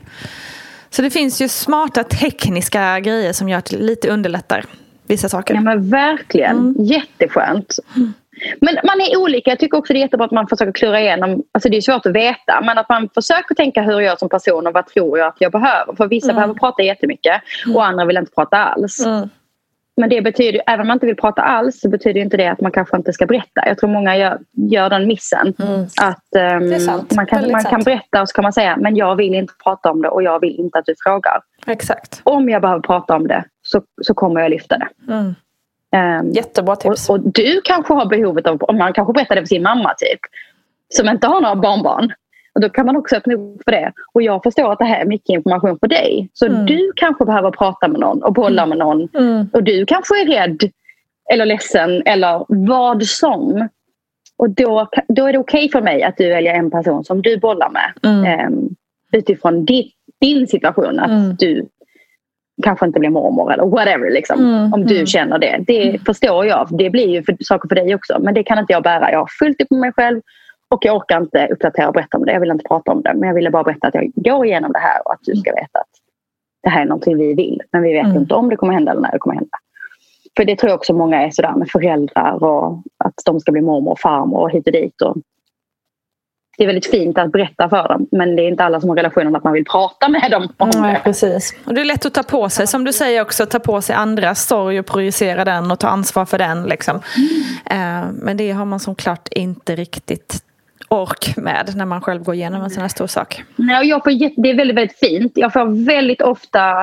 Så det finns ju smarta tekniska grejer som gör att det lite underlättar vissa saker. Ja, men verkligen. Mm. Jätteskönt. Mm. Men man är olika. Jag tycker också det är jättebra att man försöker klura igenom. Alltså det är svårt att veta. Men att man försöker tänka hur jag som person och vad tror jag att jag behöver. För vissa mm. behöver prata jättemycket. Mm. Och andra vill inte prata alls. Mm. Men det betyder, även om man inte vill prata alls, så betyder inte det att man kanske inte ska berätta. Jag tror många gör, gör den missen. Mm. Att um, man, kan, man kan berätta och så kan man säga, men jag vill inte prata om det och jag vill inte att du frågar. Exakt. Om jag behöver prata om det så, så kommer jag lyfta det. Mm. Um, Jättebra tips. Och, och du kanske har behovet av, om man kanske berättar det för sin mamma typ, som inte har några barnbarn. Och då kan man också öppna upp för det. Och jag förstår att det här är mycket information för dig. Så mm. du kanske behöver prata med någon och bolla med någon. Mm. Och du kanske är rädd eller ledsen eller vad som. Och då, då är det okej okay för mig att du väljer en person som du bollar med. Mm. Um, utifrån din, din situation. Att mm. du kanske inte blir mormor eller whatever. Liksom, mm. Om du mm. känner det. Det mm. förstår jag. Det blir ju för, saker för dig också. Men det kan inte jag bära. Jag har fullt upp med mig själv. Och jag orkar inte uppdatera och berätta om det. Jag vill inte prata om det. Men jag ville bara berätta att jag går igenom det här. Och att du ska veta att det här är någonting vi vill. Men vi vet mm. inte om det kommer hända eller när det kommer hända. För det tror jag också många är sådär med föräldrar. Och att de ska bli mormor och farmor och hit och dit. Och det är väldigt fint att berätta för dem. Men det är inte alla som har relationen att man vill prata med dem om Nej, det. Precis. Och det är lätt att ta på sig. Som du säger också, ta på sig andras sorg och projicera den. Och ta ansvar för den. Liksom. Mm. Uh, men det har man som klart inte riktigt ork med när man själv går igenom en sån här stor sak. Nej, jag får, det är väldigt, väldigt fint. Jag får väldigt ofta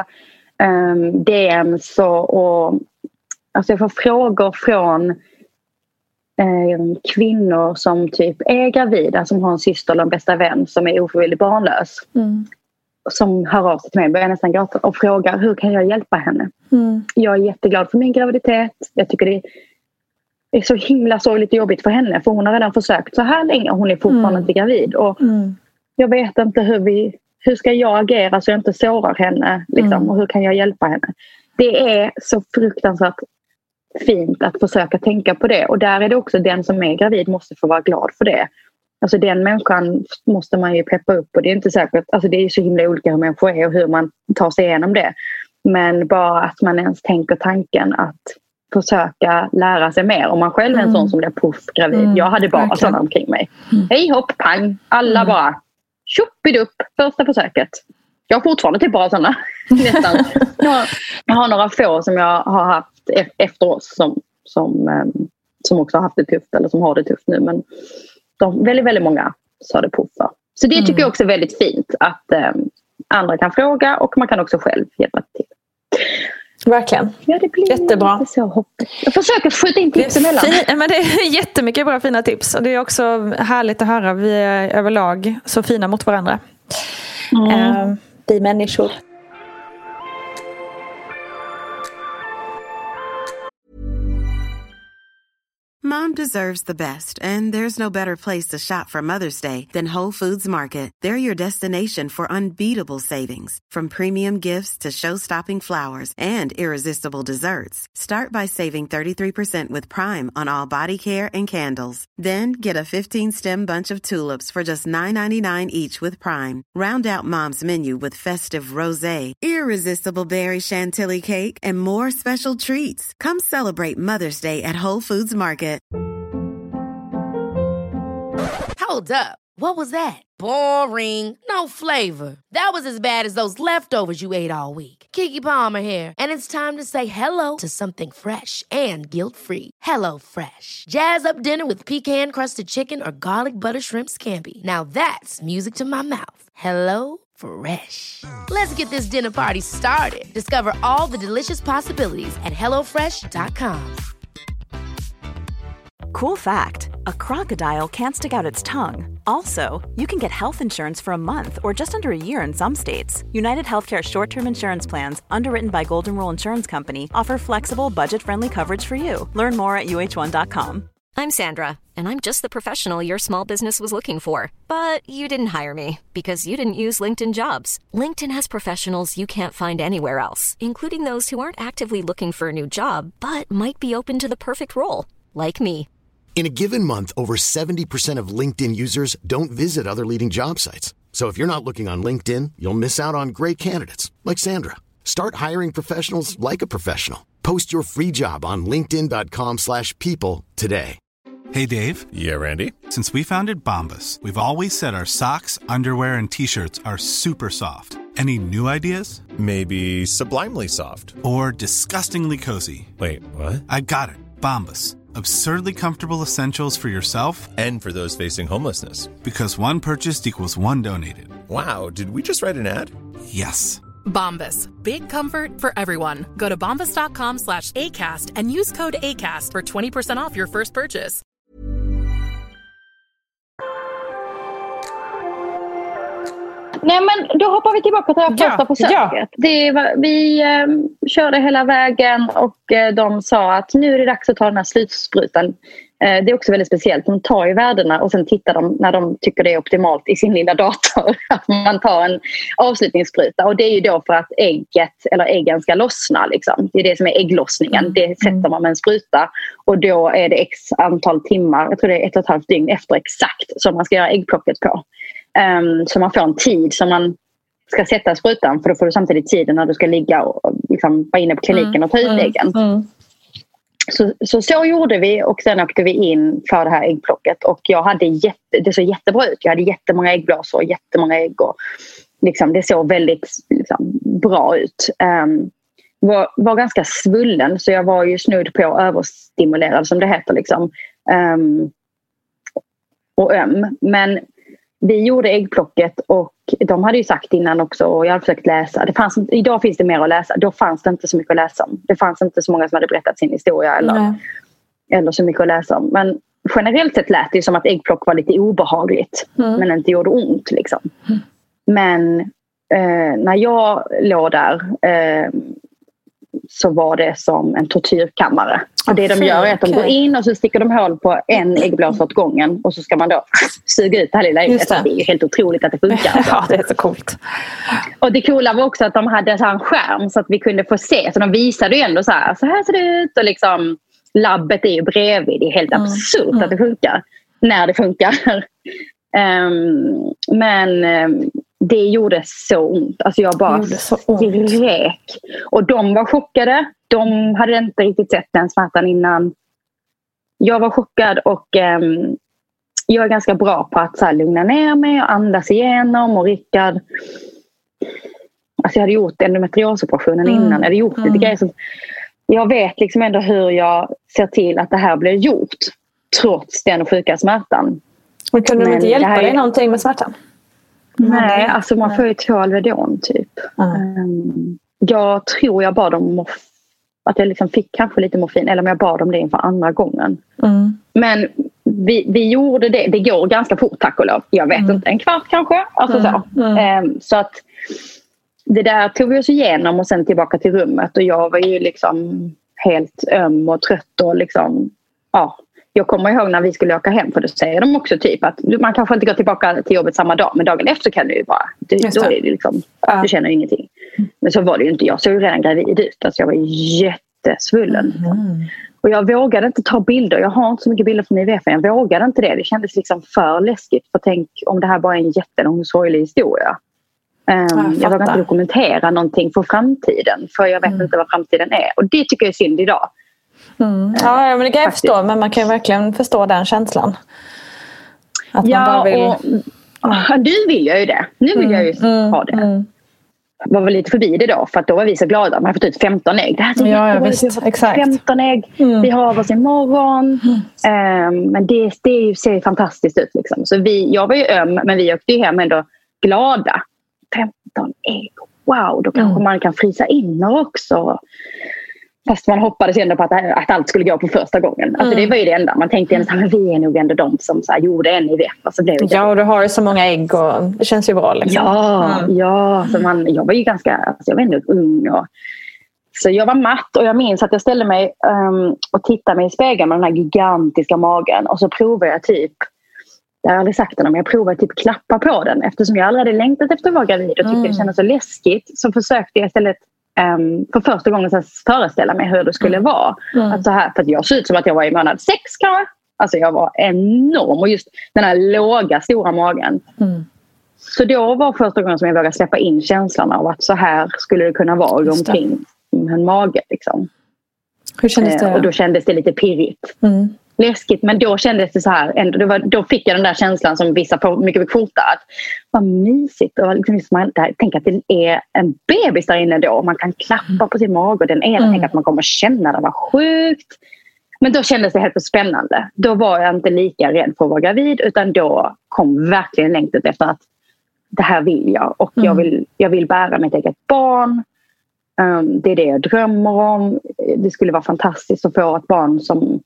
um, D M's och, och alltså jag får frågor från um, kvinnor som typ är gravida, som har en syster eller en bästa vän som är ofrivilligt barnlös. Mm. Som hör av sig till mig, börjar nästan gråta och frågar hur kan jag hjälpa henne? Mm. Jag är jätteglad för min graviditet. Jag tycker det är Det är så himla sorgligt och jobbigt för henne. För hon har redan försökt så här länge. Hon är fortfarande mm. inte gravid. Och mm. jag vet inte hur vi... Hur ska jag agera så jag inte sårar henne? Liksom, mm. Och hur kan jag hjälpa henne? Det är så fruktansvärt fint att försöka tänka på det. Och där är det också den som är gravid måste få vara glad för det. Alltså den människan måste man ju peppa upp. Och det är inte säkert... Alltså det är så himla olika hur människor är och hur man tar sig igenom det. Men bara att man ens tänker tanken att försöka lära sig mer. Om man själv är en mm. sån som blir puff gravid. Mm, jag hade bara verkligen. Sådana omkring mig. Mm. Hej hopp, pang. Alla mm. bara tjuppidupp första försöket. Jag har fortfarande typ bara sådana. Nästan. Jag har, jag har några få som jag har haft e- efter oss som, som, um, som också har haft det tufft eller som har det tufft nu. Men de, väldigt, väldigt många sa det puffa. Så det mm. tycker jag också är väldigt fint att um, andra kan fråga och man kan också själv hjälpa till. Verkligen. Ja, det blir jättebra. Så hoppigt. Jag försöker skjuta in tips emellan. Fin, men det är jättemycket bra fina tips. Och det är också härligt att höra. Vi är överlag så fina mot varandra. Mm. Uh, vi människor. Mom deserves the best, and there's no better place to shop for Mother's Day than Whole Foods Market. They're your destination for unbeatable savings, from premium gifts to show-stopping flowers and irresistible desserts. Start by saving thirty-three percent with Prime on all body care and candles. Then get a fifteen-stem bunch of tulips for just nine ninety-nine each with Prime. Round out Mom's menu with festive rosé, irresistible berry chantilly cake, and more special treats. Come celebrate Mother's Day at Whole Foods Market. Hold up. What was that? Boring. No flavor. That was as bad as those leftovers you ate all week. Keke Palmer here, and it's time to say hello to something fresh and guilt-free. Hello Fresh. Jazz up dinner with pecan-crusted chicken or garlic butter shrimp scampi. Now that's music to my mouth. Hello Fresh. Let's get this dinner party started. Discover all the delicious possibilities at hello fresh dot com. Cool fact, a crocodile can't stick out its tongue. Also, you can get health insurance for a month or just under a year in some states. United Healthcare short-term insurance plans, underwritten by Golden Rule Insurance Company, offer flexible, budget-friendly coverage for you. Learn more at U H one dot com. I'm Sandra, and I'm just the professional your small business was looking for. But you didn't hire me because you didn't use LinkedIn Jobs. LinkedIn has professionals you can't find anywhere else, including those who aren't actively looking for a new job, but might be open to the perfect role, like me. In a given month, over seventy percent of LinkedIn users don't visit other leading job sites. So if you're not looking on LinkedIn, you'll miss out on great candidates like Sandra. Start hiring professionals like a professional. Post your free job on linkedin dot com slash people today. Hey, Dave. Yeah, Randy. Since we founded Bombas, we've always said our socks, underwear, and T-shirts are super soft. Any new ideas? Maybe sublimely soft. Or disgustingly cozy. Wait, what? I got it. Bombas. Absurdly comfortable essentials for yourself and for those facing homelessness. Because one purchased equals one donated. Wow, did we just write an ad? Yes. Bombas. Big comfort for everyone. Go to bombas dot com slash ACAST and use code ACAST for twenty percent off your first purchase. Nej, men då hoppar vi tillbaka till det här första ja, försöket. Ja. Det var, vi eh, körde hela vägen och eh, de sa att nu är det dags att ta den här slutsprutan. Eh, det är också väldigt speciellt. De tar ju värdena och sen tittar de när de tycker det är optimalt i sin lilla dator. Att man tar en avslutningsspruta. Och det är ju då för att ägget eller äggen ska lossna. Liksom. Det är det som är ägglossningen. Mm. Det sätter man med en spruta. Och då är det x antal timmar, jag tror det är ett och ett halvt dygn efter exakt som man ska göra äggplocket på. Um, så man får en tid som man ska sätta sprutan, för då får du samtidigt tiden när du ska ligga och liksom, vara inne på kliniken mm. och ta ut mm. äggen. Mm. Så, så så gjorde vi och sen åkte vi in för det här äggplocket och jag hade jätte, det såg jättebra ut. Jag hade jättemånga äggblåsor och jättemånga ägg och liksom, det såg väldigt liksom, bra ut. Um, var, var ganska svullen så jag var ju snudd på överstimulerad som det heter liksom. Um, och öm. Men vi gjorde äggplocket och de hade ju sagt innan också och jag hade försökt läsa. Det fanns, idag finns det mer att läsa. Då fanns det inte så mycket att läsa om. Det fanns inte så många som hade berättat sin historia eller, eller så mycket att läsa om. Men generellt sett lät det som att äggplock var lite obehagligt. Mm. Men inte gjorde ont liksom. Mm. Men eh, när jag låg där eh, så var det som en tortyrkammare. Och det de gör är att de okay. går in och så sticker de hål på en äggblåsa åt gången och så ska man då suga ut det här lilla ägget. Det. det är ju helt otroligt att det funkar. Ja, det är så coolt. Och det coola var också att de hade så här en skärm så att vi kunde få se. Så de visade ju ändå så här, så här ser det ut. Och liksom labbet är ju bredvid. Det är helt mm. absurt mm. att det funkar. När det funkar. um, men... Um, det gjorde så ont. Alltså jag bara skrek. Och de var chockade. De hade inte riktigt sett den smärtan innan. Jag var chockad och um, jag är ganska bra på att så här, lugna ner mig och andas igenom. Och Rickard, alltså jag hade gjort endometriosoperationen mm. innan. Jag hade gjort mm. lite grejer. Så jag vet liksom ändå hur jag ser till att det här blir gjort. Trots den sjuka smärtan. Men kunde de inte hjälpa dig är... någonting med smärtan? Nej, alltså man får ju två Alvedon typ. Mm. Um, jag tror jag bad om morf- att jag liksom fick kanske lite morfin. Eller om jag bad om det inför andra gången. Mm. Men vi, vi gjorde det. Det går ganska fort, tack och lov. Jag vet mm. inte, en kvart kanske. Alltså mm. så. Mm. Um, så att det där tog vi oss igenom och sen tillbaka till rummet. Och jag var ju liksom helt öm och trött och liksom, ja. jag kommer ihåg när vi skulle åka hem, för då säger de också typ att man kanske inte går tillbaka till jobbet samma dag, men dagen efter kan du ju bara, du, då är det liksom, ja. Du känner ju ingenting. Men så var det ju inte, jag såg ju redan gravid ut, alltså jag var jättesvullen. Mm. Och jag vågade inte ta bilder, jag har inte så mycket bilder från I V F, jag vågade inte det, det kändes liksom för läskigt, för tänk om det här bara är en jättelång sorglig historia. Um, jag, jag vågar inte dokumentera någonting för framtiden, för jag vet mm. inte vad framtiden är, och det tycker jag är synd idag. Mm. Ja, men det kan jag Faktiskt. förstå, men man kan ju verkligen förstå den känslan. Att ja, man bara vill... och ja. Nu vill jag ju det. Nu vill mm. jag ju mm. ha det. Mm. Jag var lite förbi det då, för att då var vi så glada. Man har fått ut femton ägg. Det här är ja, ja, visst. Exakt. femton ägg. Mm. Vi har oss imorgon. Mm. Um, men det, det ser fantastiskt ut. Liksom. Så vi, jag var ju öm, men vi åkte ju hem ändå glada. femton ägg. Wow, då kanske mm. man kan frysa in också. Fast man hoppades ändå på att, att allt skulle gå på första gången. Alltså mm. det var ju det enda. Man tänkte ändå att vi är nog ändå de som så här, gjorde en I V F. Alltså blev ja, och du har ju så många ägg och det känns ju bra. Liksom. Ja, mm. ja så man, jag var ju ganska, alltså jag var ändå ung. Och, så jag var matt och jag minns att jag ställde mig um, och tittade mig i spegeln med den här gigantiska magen. Och så provade jag typ, jag har aldrig sagt det, men jag provade typ klappa på den. Eftersom jag aldrig hade längtat efter att vara gravid och tyckte mm. det kändes så läskigt, så försökte jag istället Um, för första gången så föreställa mig hur det skulle mm. vara. Mm. Att så här, för att jag såg ut som att jag var i månad sex kanske. Alltså jag var enorm. Och just den här låga, stora magen. Mm. Så då var första gången som jag vågade släppa in känslan av att så här skulle det kunna vara det. Omkring en mage. Liksom. Hur kändes det? Uh, och då kändes det lite pirrigt. Mm. Läskigt, men då kändes det så här ändå, det var, då fick jag den där känslan som vissa får mycket bekvota, att vad mysigt och liksom, man tänker att det är en bebis där inne då, man kan klappa på sin mage och den ena mm. tänker att man kommer känna det, var sjukt, men då kändes det helt spännande. Då var jag inte lika rädd för att vara gravid, utan då kom verkligen längtet efter att det här vill jag, och mm. jag, vill, jag vill bära mitt eget barn. Um, det är det jag drömmer om. Det skulle vara fantastiskt att få ett barn som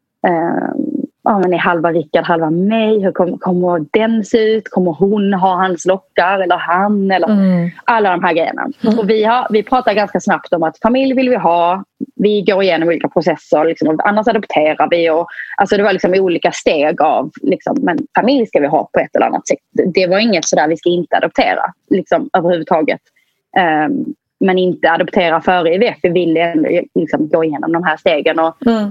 Uh, ja, men är halva Rickard, halva mig. Hur kommer, kommer den se ut? Kommer hon ha hans lockar eller han? Eller mm. alla de här grejerna. Mm. Och vi, har, vi pratar ganska snabbt om att familj vill vi ha. Vi går igenom olika processer. Liksom, annars adopterar vi. Och, alltså det var liksom olika steg av liksom, men familj ska vi ha på ett eller annat sätt. Det var inget sådär vi ska inte adoptera liksom, överhuvudtaget. Um, men inte adoptera före I V F. Vi ville ändå liksom, gå igenom de här stegen. Och mm.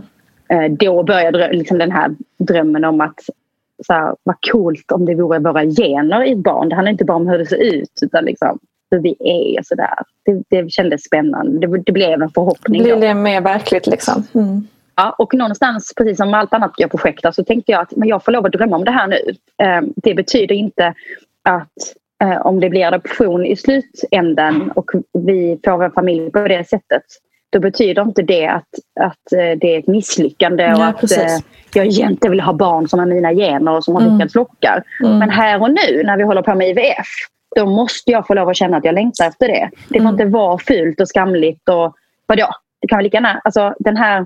Då började liksom den här drömmen om att så här, vad coolt om det vore våra gener i ett barn. Det handlar inte bara om hur det ser ut, utan liksom hur vi är och sådär. Det, det kändes spännande. Det, det blev en förhoppning. Det blev mer verkligt liksom. Mm. Ja, och någonstans, precis som allt annat jag projektar, så tänkte jag att men jag får lov att drömma om det här nu. Det betyder inte att om det blir adoption i slutänden och vi får en familj på det sättet, då betyder inte det att, att det är ett misslyckande och ja, att precis. jag egentligen vill ha barn som har mina gener och som har mm. lyckats lockar. Mm. Men här och nu när vi håller på med I V F, då måste jag få lov att känna att jag längtar efter det. Det får mm. inte vara fult och skamligt och vadå? Det kan väl lika gärna, alltså den här,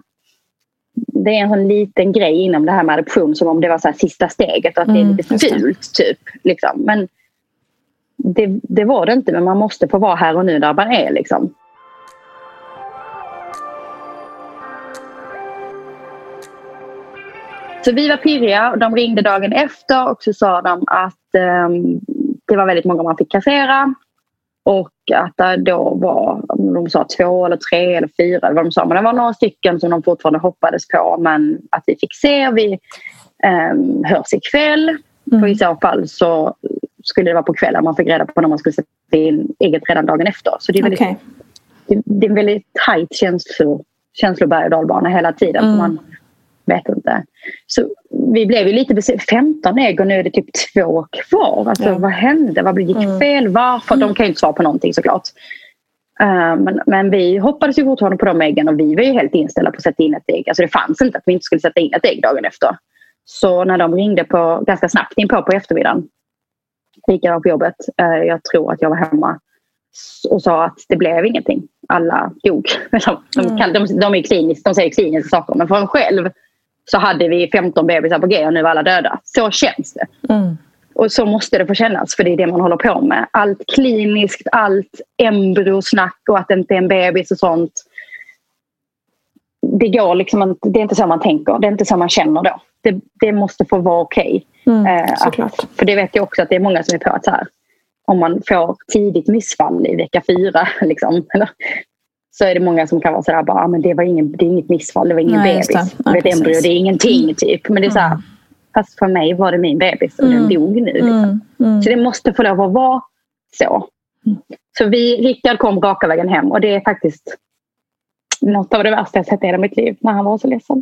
det är en sån liten grej inom det här med adoption, som om det var så här sista steget och att mm, det är lite fult typ. Liksom. Men det, det var det inte, men man måste få vara här och nu där man är liksom. Så vi var pirriga och de ringde dagen efter och så sa de att um, det var väldigt många man fick kassera. Och att det då var, de sa två eller tre eller fyra, vad de sa. Men det var några stycken som de fortfarande hoppades på. Men att vi fick se, vi um, hörs ikväll. Mm. För i så fall så skulle det vara på kvällen man fick reda på när man skulle sätta in eget redan dagen efter. Så det är väldigt, okay. det, det är en väldigt tajt känslo, känsloberg och dalbana hela tiden. Mm. Man vet inte. Så vi blev ju lite besök, femton ägg och nu är det typ två kvar. Alltså ja. Vad hände? Vad gick mm. fel? Varför? Mm. De kan ju inte svara på någonting såklart. Uh, men, men vi hoppades ju fortfarande på de äggen och vi var ju helt inställda på att sätta in ett ägg. Alltså det fanns inte att vi inte skulle sätta in ett ägg dagen efter. Så när de ringde på, ganska snabbt in på på eftermiddagen, gick jag på jobbet, uh, jag tror att jag var hemma och sa att det blev ingenting. Alla dog. De, kan, de, de är kliniskt, de säger kliniska saker, men för en själv så hade vi femton bebisar på G och nu var alla döda. Så känns det. Mm. Och så måste det få kännas, för det är det man håller på med. Allt kliniskt, allt embryosnack och att det inte är en bebis och sånt. det går liksom, det är inte så man tänker, det är inte så man känner då. Det, det måste få vara okej. Mm, eh, att, för det vet jag också att det är många som är på att så här, om man får tidigt missfall i vecka fyra liksom, eller, så är det många som kan vara sådär bara, ah, men det var ingen, det är inget missfall, det var ingen Nej, bebis. Det. Ja, det, är ett embryo, det är ingenting typ. Men det är så här, mm. fast för mig var det min bebis och mm. den dog nu. Liksom. Mm. Mm. Så det måste få lov att vara så. Mm. Så vi, Rickard kom raka vägen hem och det är faktiskt något av det värsta jag sett i hela mitt liv när han var så ledsen.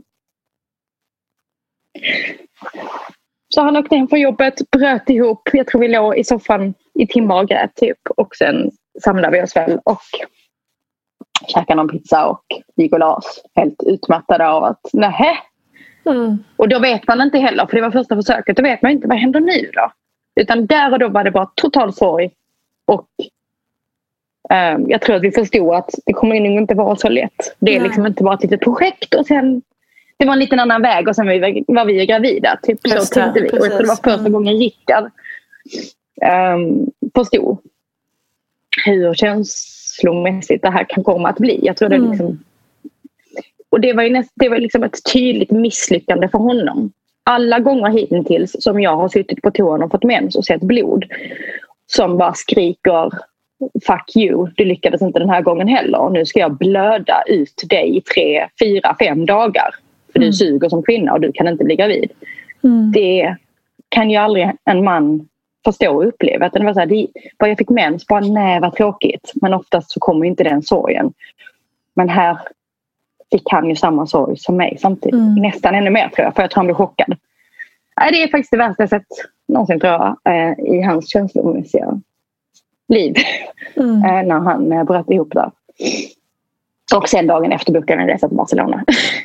Så han åkte hem från jobbet, bröt ihop. Jag tror vi låg i soffan i timmar och grät typ. Och sen samlade vi oss väl och käkade någon pizza och gick och las. Helt utmattade av att nähä. Mm. Och då vet man inte heller, för det var första försöket. Då vet man inte, vad händer nu då? Utan där och då var det bara total sorg. Och um, jag tror att vi förstod att det kommer nog inte vara så lätt. Det är Nej. liksom inte bara ett litet projekt och sen det var en liten annan väg och sen var vi, var vi gravida. Typ, så tänkte vi. Och det var första mm. gången Rickard um, förstod hur känslomässigt det här kan komma att bli. Jag tror det mm. liksom, och det var, ju näst, det var liksom ett tydligt misslyckande för honom. Alla gånger hittills som jag har suttit på toan och fått mens och sett blod som bara skriker fuck you, du lyckades inte den här gången heller och nu ska jag blöda ut dig i tre, fyra, fem dagar för mm. du suger som kvinna och du kan inte bli gravid. Mm. Det kan ju aldrig en man förstå och uppleva. Det var så här, det, bara jag fick mens, bara nej vad tråkigt. Men oftast så kommer inte den sorgen. Men här fick han ju samma sorg som mig samtidigt. Mm. Nästan ännu mer tror jag, för jag tror han blev chockad. Nej, det är faktiskt det värsta jag sett någonsin tror jag eh, i hans känslomässiga liv. Mm. eh, när han eh, bröt ihop där. Och sen dagen efter bokade en resa till Barcelona.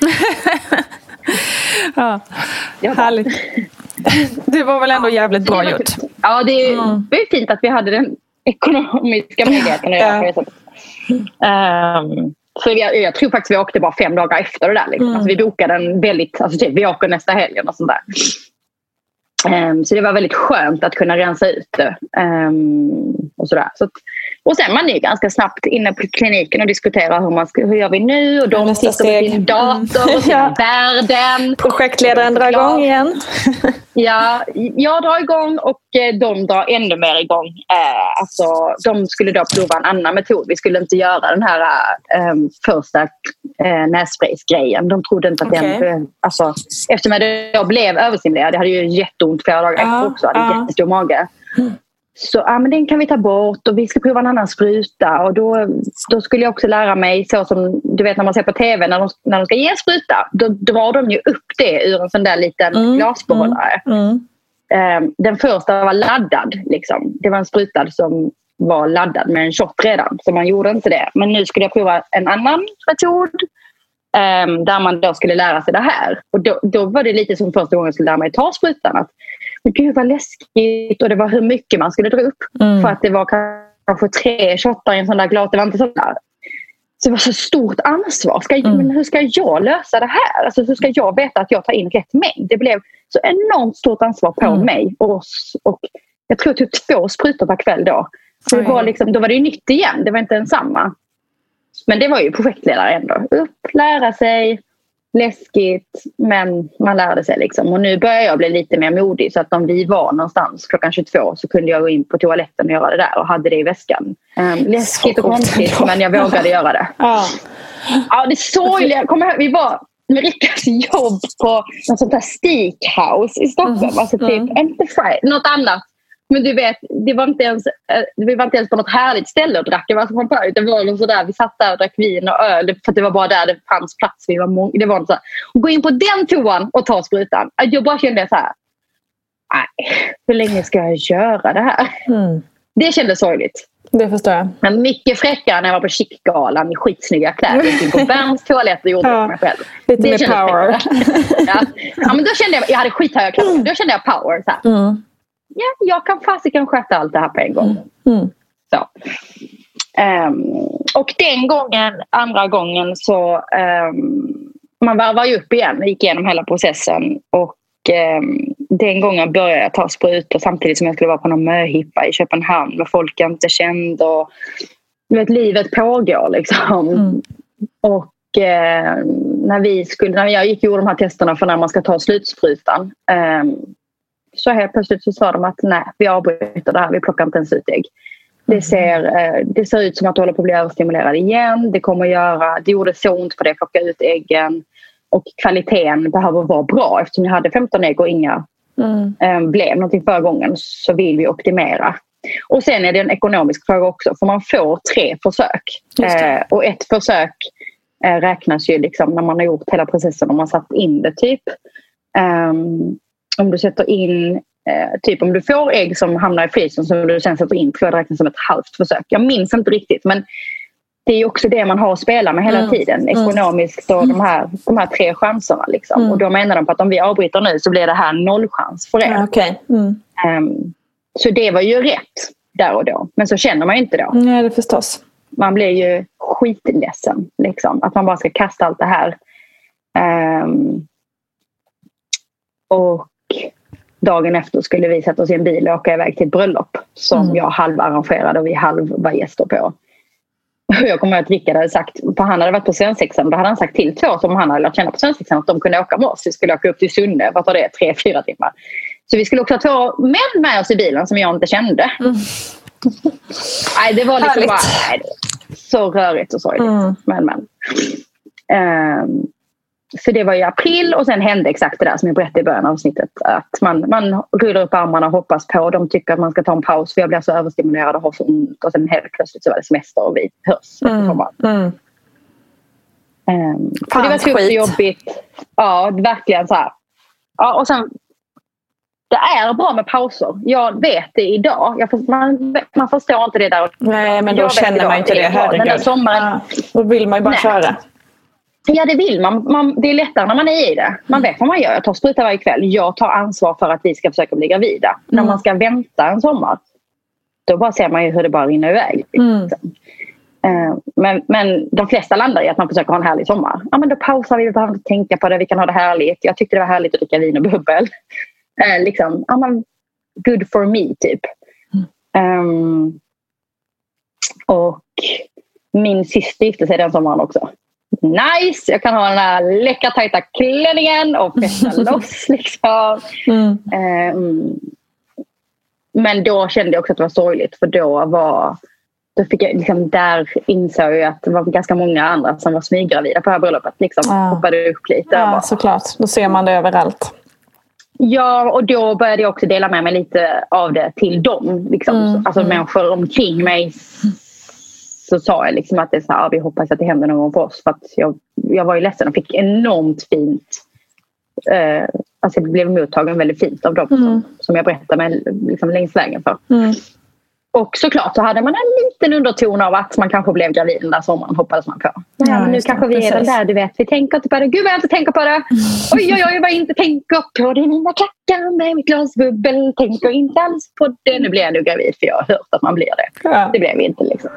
Ja, härligt. Det var väl ändå jävligt bra gjort. Ja, det är, mm. det är fint att vi hade den ekonomiska möjligheten att göra resan. Um, så jag, jag tror faktiskt vi åkte bara fem dagar efter det där. Liksom. Mm. Alltså, vi bokade en väldigt, alltså typ, vi åker nästa helgen och sånt där. Um, så det var väldigt skönt att kunna rensa ut det. Um, och sådär. Så att, och sen man är ju ganska snabbt inne på kliniken och diskuterar hur, man ska, hur gör vi nu och de nästa sitter med sin dator och sina värden. Projektledaren drar igång igen. Ja, jag drar igång och de drar ännu mer igång. Eh, alltså, de skulle då prova en annan metod. Vi skulle inte göra den här eh, första eh, nässpraysgrejen. De trodde inte att okay. den... Alltså, eftersom jag då blev överstimulerad, jag hade ju jätteont flera dagar uh, efter också. Jag hade uh. jättestor mage. Mm. Så ja, men den kan vi ta bort och vi ska prova en annan spruta och då, då skulle jag också lära mig så som du vet när man ser på tv när de, när de ska ge en spruta då drar de ju upp det ur en sån där liten mm, glasbehållare. Mm, mm. Um, den första var laddad liksom. Det var en spruta som var laddad med en shot redan så man gjorde inte det. Men nu skulle jag prova en annan metod um, där man då skulle lära sig det här och då, då var det lite som första gången jag skulle lära mig ta sprutan att men gud vad läskigt och det var hur mycket man skulle dra upp mm. för att det var kanske tre shottar i en sån där glas, det var inte så där. Så det var så stort ansvar. Ska jag, mm. men hur ska jag lösa det här? Alltså hur ska jag veta att jag tar in rätt mängd? Det blev så enormt stort ansvar på mm. mig och oss och jag tror typ två sprutor per kväll då. Så det var liksom, då var det ju nytt igen, det var inte ensamma. Men det var ju projektledare ändå. Upp, lära sig. Läskigt, men man lärde sig liksom. Och nu börjar jag bli lite mer modig så att om vi var någonstans klockan tjugotvå så kunde jag gå in på toaletten och göra det där och hade det i väskan. Um, läskigt och konstigt, men jag vågade göra det. Ja, ja det är sorgliga. Kom här, vi var med Rickards jobb på något sånt här steakhouse i Stockholm. Mm. Alltså typ, mm. inte fri, något annat. Men du vet, det var inte ens, vi var inte ens på något härligt ställe och drack. Det var, alltså det var någon sådär, vi satt där och drack vin och öl för att det var bara där det fanns plats. Vi var många, det var så här, och gå in på den toan och ta sprutan. Jag bara kände så här, nej, hur länge ska jag göra det här? Mm. Det kändes sorgligt. Det förstår jag. Men mycket fräckare när jag var på Chic-galan i skitsnygga kläder. Jag gick på Berns toalett och gjorde det för mig själv. Lite det med power. Ja. Ja, men då kände jag, jag hade skithöga kläder. Då kände jag power så här. Mm. Ja, jag kan fasiken sköta allt det här på en gång. Mm. Så. Um, och den gången, andra gången så um, man varvar ju upp igen, gick igenom hela processen och um, den gången började jag ta sprutor samtidigt som jag skulle vara på någon möhippa i Köpenhamn med folk jag inte kände och du vet, livet pågår liksom. Mm. Och uh, när vi skulle, när jag gick och gjorde de här testerna för när man ska ta slutsprutan. Um, så helt plötsligt så sa de att nej, vi avbryter det här, vi plockar inte ens ut ägg. Det ser, uh, det ser ut som att du håller på att bli överstimulerad igen. Det kommer att göra, det gjorde så ont för det att plocka ut äggen. Och kvaliteten behöver vara bra eftersom jag hade femton ägg och inga mm. um, blev någonting förra gången, så vill vi optimera. Och sen är det en ekonomisk fråga också, för man får tre försök. Uh, och ett försök uh, räknas ju liksom när man har gjort hela processen, om man satt in det typ. Um, om du sätter in, uh, typ om du får ägg som hamnar i frysen som du sen sätter in, får det räknas som ett halvt försök. Jag minns inte riktigt, men det är också det man har att spela med hela mm. tiden. Ekonomiskt och de här, de här tre chanserna. Liksom. Mm. Och då menar de på att om vi avbryter nu så blir det här nollchans för er. Ja, okay. mm. um, så det var ju rätt där och då. Men så känner man ju inte då. Nej, det förstås. Man blir ju skitledsen. Liksom. Att man bara ska kasta allt det här. Um, och dagen efter skulle vi sätta oss i en bil och åka iväg till ett bröllop. Som mm. jag halv arrangerade och vi halv var gäster på. Jag kommer ihåg att Rickard hade sagt, för han hade varit på svensexan, då hade han sagt till två som han hade lärt känna på svensexan att de kunde åka med oss. Vi skulle åka upp till Sunne, vad tar det? Tre, fyra timmar. Så vi skulle också ha två män med oss i bilen som jag inte kände. Mm. Nej, det var liksom bara, nej, så rörigt och sorgligt. Mm. Men, men. Um, så det var i april och sen hände exakt det där som jag berättade i början av avsnittet. Att man, man rullar upp armarna och hoppas på. De tycker att man ska ta en paus för jag blir så överstimulerad och har så ont. Och sen helt plötsligt så var det semester och vi hörs. Mm. Mm. Um, så det var tufft och jobbigt. Ja, verkligen så här. Ja, och sen det är bra med pauser. Jag vet det idag. Jag får, man, man förstår inte det där. Nej, men då känner man inte det. Herregud. Den sommaren, ja, då vill man ju bara nej. köra. Ja, det vill man. man. Det är lättare när man är i det. Man vet vad man gör. Jag tar spruta varje kväll. Jag tar ansvar för att vi ska försöka bli gravida. Mm. När man ska vänta en sommar, då bara ser man ju hur det bara rinner iväg. Mm. Uh, men, men de flesta landar i att man försöker ha en härlig sommar. Ja, men då pausar vi. Vi behöver inte tänka på det. Vi kan ha det härligt. Jag tyckte det var härligt att dricka vin och bubbel. Uh, liksom, ja, men good for me, typ. Mm. Um, och min syster gifte sig den sommaren också. Nice, jag kan ha den här läcka tajta klänningen och festa loss liksom. Mm. Um, men då kände jag också att det var sorgligt, för då var då fick jag liksom, där insåg jag att det var ganska många andra som var smyggravida på det här bröllopet liksom, ja. hoppade upp lite. Ja, bara, såklart, då ser man det överallt. Ja, och då började jag också dela med mig lite av det till dem liksom. mm. Alltså mm. människor omkring mig. Så sa jag liksom att det är så här, vi hoppas att det händer någon gång på oss. För att jag, jag var ju ledsen och fick enormt fint. Eh, alltså jag blev mottagen väldigt fint av dem mm. som, som jag berättade med liksom, längs vägen för. Mm. Och såklart så hade man en liten underton av att man kanske blev gravid den där sommaren, hoppades man på. Ja, ja men nu kanske vi är den där, du vet, vi tänker inte på det. Gud vad jag inte tänker på det. Mm. Oj, oj, oj, vad jag inte tänker på det. Mina klackar med mitt glasbubbel. Tänker inte alls på det. Nu blir jag nu gravid för jag har hört att man blir det. Ja. Det blev vi inte liksom.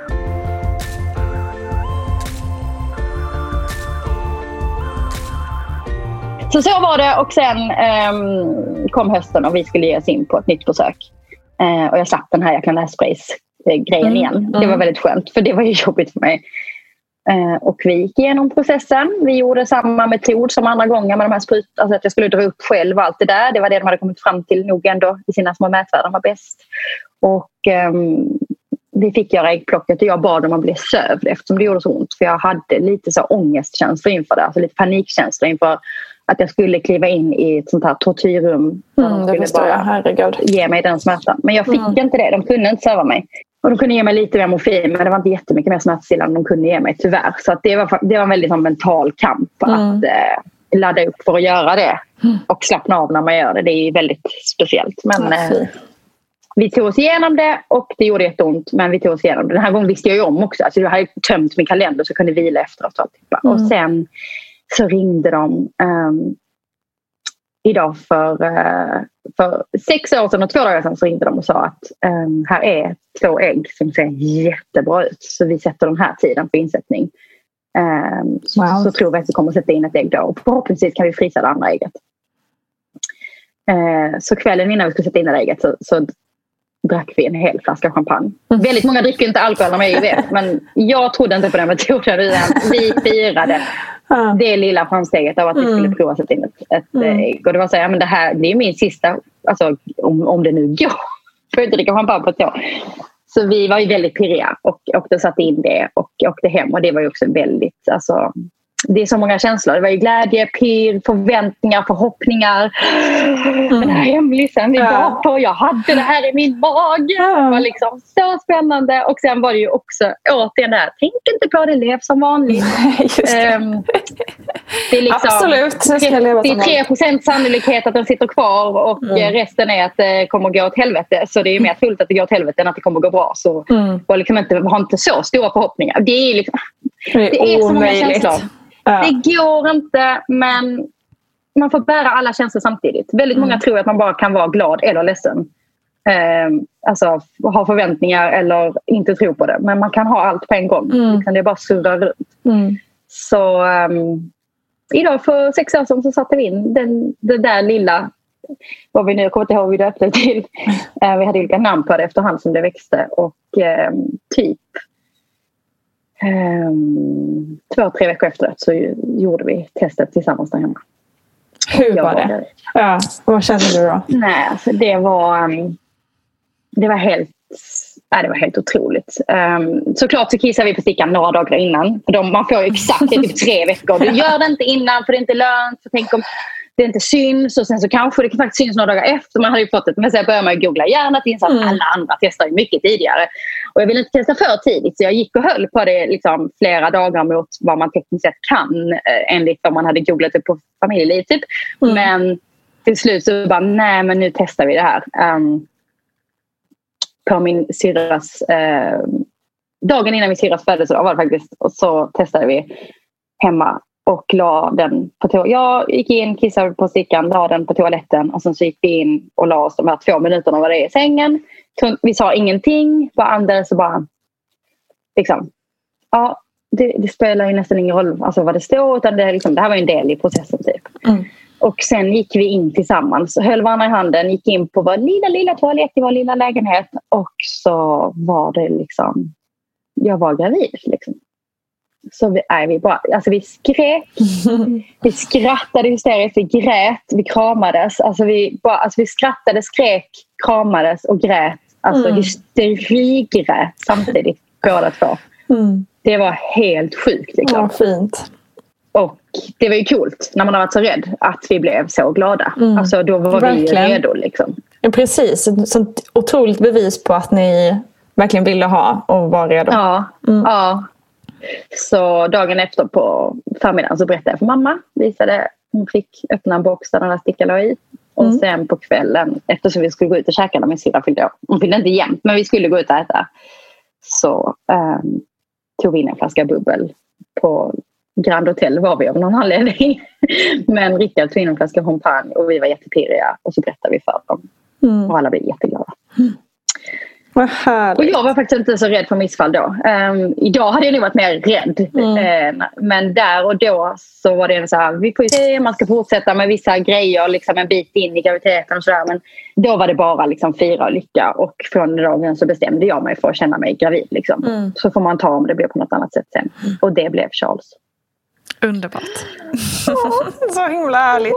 Så så var det, och sen um, kom hösten och vi skulle ge oss in på ett nytt försök. Uh, och jag slapp den här jäkla nässprays-grejen mm. igen. Det var väldigt skönt, för det var ju jobbigt för mig. Uh, och vi gick igenom processen. Vi gjorde samma metod som andra gånger med de här sprut. Alltså att jag skulle dra upp själv och allt det där. Det var det de hade kommit fram till nog ändå i sina små mätvärden var bäst. Och um, vi fick göra äggplocket och jag bad om att bli sövd eftersom det gjorde så ont. För jag hade lite så ångestkänslor inför det. Alltså lite panikkänslor inför att jag skulle kliva in i ett sånt här tortyrrum. Mm, det förstår jag, herregud. Ge mig den smärtan. Men jag fick mm. inte det, de kunde inte söva mig. Och de kunde ge mig lite mer morfin, men det var inte jättemycket mer smärtstillande de kunde ge mig, tyvärr. Så att det, var, det var en väldigt som, mental kamp mm. att eh, ladda upp för att göra det. Mm. Och slappna av när man gör det, det är väldigt speciellt. Men eh, vi tog oss igenom det och det gjorde jätteont, men vi tog oss igenom det. Den här gången visste jag ju om också. Alltså, jag hade tömt min kalender så jag kunde vila efteråt. Och, mm. och sen så ringde de um, idag för, uh, för sex år sedan och två dagar sedan så ringde de och sa att um, här är två ägg som ser jättebra ut. Så vi sätter den här tiden för insättning. Um, wow. så, så tror vi att vi kommer att sätta in ett ägg då. Och förhoppningsvis kan vi frysa det andra ägget. Uh, så kvällen innan vi skulle sätta in det ägget så, så drack vi en hel flaska champagne. Mm. Väldigt många dricker inte alkohol om jag vet, men jag trodde inte på den metoden utan vi firade Ja. Det lilla framsteget av att vi mm. skulle prova att sätta in ett, ett mm. ägg. Och det var så här, ja, men det här det är min sista, alltså om, om det nu går. För inte dricka champagne på ett år. Så vi var ju väldigt pirriga och, och då satte in det och åkte hem. Och det var ju också väldigt, alltså, det är så många känslor. Det var ju glädje, pirr, förväntningar, förhoppningar. Mm. Den här hemlisen vi var ja. på. Jag hade det här i min mag. Ja. Det var liksom så spännande. Och sen var det ju också återigen det här. Tänk inte på det, lev som vanligt. Just det. Um, det är liksom absolut. Jag ska leva det är tre procent sannolikhet att den sitter kvar. Och mm. resten är att det kommer att gå åt helvete. Så det är ju mer troligt att det går åt helvete än att det kommer att gå bra. Så mm. var liksom inte, har inte så stora förhoppningar. Det är liksom, det är, det är så många känslor. Ja. Det går inte, men man får bära alla känslor samtidigt. Väldigt mm. många tror att man bara kan vara glad eller ledsen. Eh, alltså ha förväntningar eller inte tro på det. Men man kan ha allt på en gång. Mm. Liksom det är bara surrar runt. Mm. Så um, idag för sex år sedan så satte vi in den, den där lilla, vad vi nu kommer inte ihåg vi döpte till. Eh, vi hade olika namn på det efterhand som det växte. Och eh, typ Um, två, tre veckor efter så gjorde vi testet tillsammans där hemma. Hur var det? Var ja, vad kände du då? Nej, alltså det var um, det var helt nej, det var helt otroligt. Um, såklart så kissade vi på stickan några dagar innan. För de, man får ju exakt det typ tre veckor. Du gör det inte innan för det är inte lönt. Så tänk om det inte syns och sen så kanske det faktiskt syns några dagar efter man hade ju fått det. Men sen började man ju googla hjärnat in så att mm. alla andra testar ju mycket tidigare. Och jag ville inte testa för tidigt så jag gick och höll på det liksom flera dagar mot vad man tekniskt sett kan eh, enligt vad man hade googlat upp på familjeliv typ. Mm. Men till slut så bara nej men nu testar vi det här. Um, på min syrras eh, dagen innan min syrras födelsedag var det faktiskt och så testade vi hemma. Och la den på toaletten. Jag gick in, kissade på stickan, la den på toaletten. Och sen så gick vi in och la oss de här två minuterna var det i sängen. Vi sa ingenting. Bara andades och bara... Liksom. Ja, det, det spelar ju nästan ingen roll alltså, vad det står. Utan det, liksom, det här var en del i processen typ. Mm. Och sen gick vi in tillsammans. Höll varandra i handen. Gick in på vår lilla, lilla toalett i vår lilla lägenhet. Och så var det liksom... Jag var gravid liksom. Så vi, nej, vi, bara, alltså vi skrek, vi skrattade hysteriskt, vi grät, vi kramades. Alltså vi, bara, alltså vi skrattade, skrek, kramades och grät. Alltså mm. hysterigrät samtidigt, båda två. Mm. Det var helt sjukt. Liksom. Ja, fint. Och det var ju coolt när man har varit så rädd att vi blev så glada. Mm. Alltså då var verkligen. Vi redo. Liksom. Ja, precis, ett sånt otroligt bevis på att ni verkligen ville ha och var redo. Ja, mm. ja. Så dagen efter på förmiddagen så berättade jag för mamma. Visade, hon fick öppna en box där den där stickan låg i. Och mm. sen på kvällen, eftersom vi skulle gå ut och käka när min syrra fyllde år. Hon fyllde inte jämt, men vi skulle gå ut och äta. Så um, tog vi in en flaska bubbel på Grand Hotel var vi av någon anledning. Men Rickard tog in en flaska champagne och vi var jättepirriga. Och så berättade vi för dem. Mm. Och alla blev jätteglada. Mm. Vad härligt. Och jag var faktiskt inte så rädd för missfall då. Um, idag hade jag nog varit mer rädd. Mm. Uh, men där och då så var det så här, vi får ju se, man ska fortsätta med vissa grejer liksom en bit in i graviditeten och sådär. Men då var det bara liksom fira och lycka. Och från dagen så bestämde jag mig för att känna mig gravid. Liksom. Mm. Så får man ta om det blir på något annat sätt sen. Mm. Och det blev Charles. Underbart. Så himla härligt.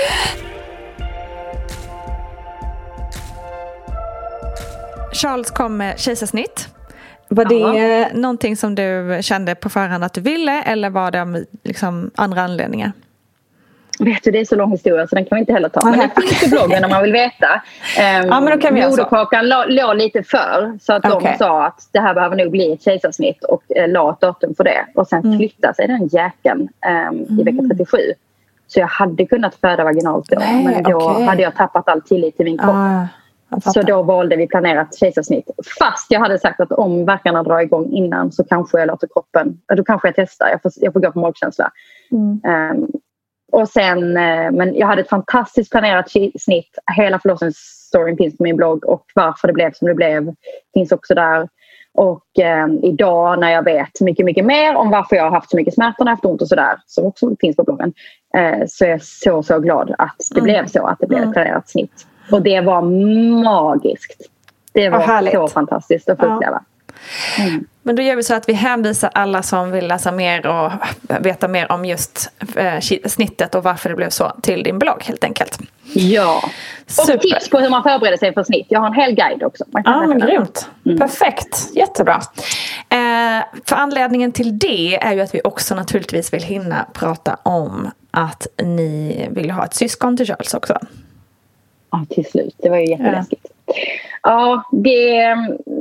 Charles kom med kejsarsnitt. Var det ja. någonting som du kände på förhand att du ville eller var det av liksom andra anledningar? Vet du, det är så lång historia så den kan vi inte heller ta. Men det finns i bloggen om man vill veta. Um, ja, men då kan vi moderkakan låg lite för så att okay. de sa att det här behöver nog bli ett kejsarsnitt och uh, la ett datum för det. Och sen mm. flyttade sig den jäkeln um, mm. i vecka trettiosju. Så jag hade kunnat föda vaginalt då. Nej, men då okay. hade jag tappat all tillit till min kropp. Ah. Så då valde vi planerat kejsarsnitt. Fast jag hade sagt att om verkarna drar igång innan så kanske jag låter kroppen, då kanske jag testar. Jag får, jag får gå på magkänsla. Mm. Um, och sen, uh, men jag hade ett fantastiskt planerat snitt. Hela förlossningsstoryn finns på min blogg och varför det blev som det blev finns också där. Och um, idag när jag vet mycket, mycket mer om varför jag har haft så mycket smärtor och haft ont och sådär, som också finns på bloggen, uh, så är jag så, så glad att det mm. blev så, att det blev ett planerat snitt. Och det var magiskt. Det var så fantastiskt att få uppleva. Mm. Men då gör vi så att vi hänvisar alla som vill läsa mer och veta mer om just eh, snittet och varför det blev så till din blogg helt enkelt. Ja, och Super. Tips på hur man förbereder sig för snitt. Jag har en hel guide också. Ja, ah, men grymt. Mm. Perfekt, jättebra. Eh, för anledningen till det är ju att vi också naturligtvis vill hinna prata om att ni vill ha ett syskon till Charles också. Ja, till slut. Det var ju jätteläskigt. Ja, ja det...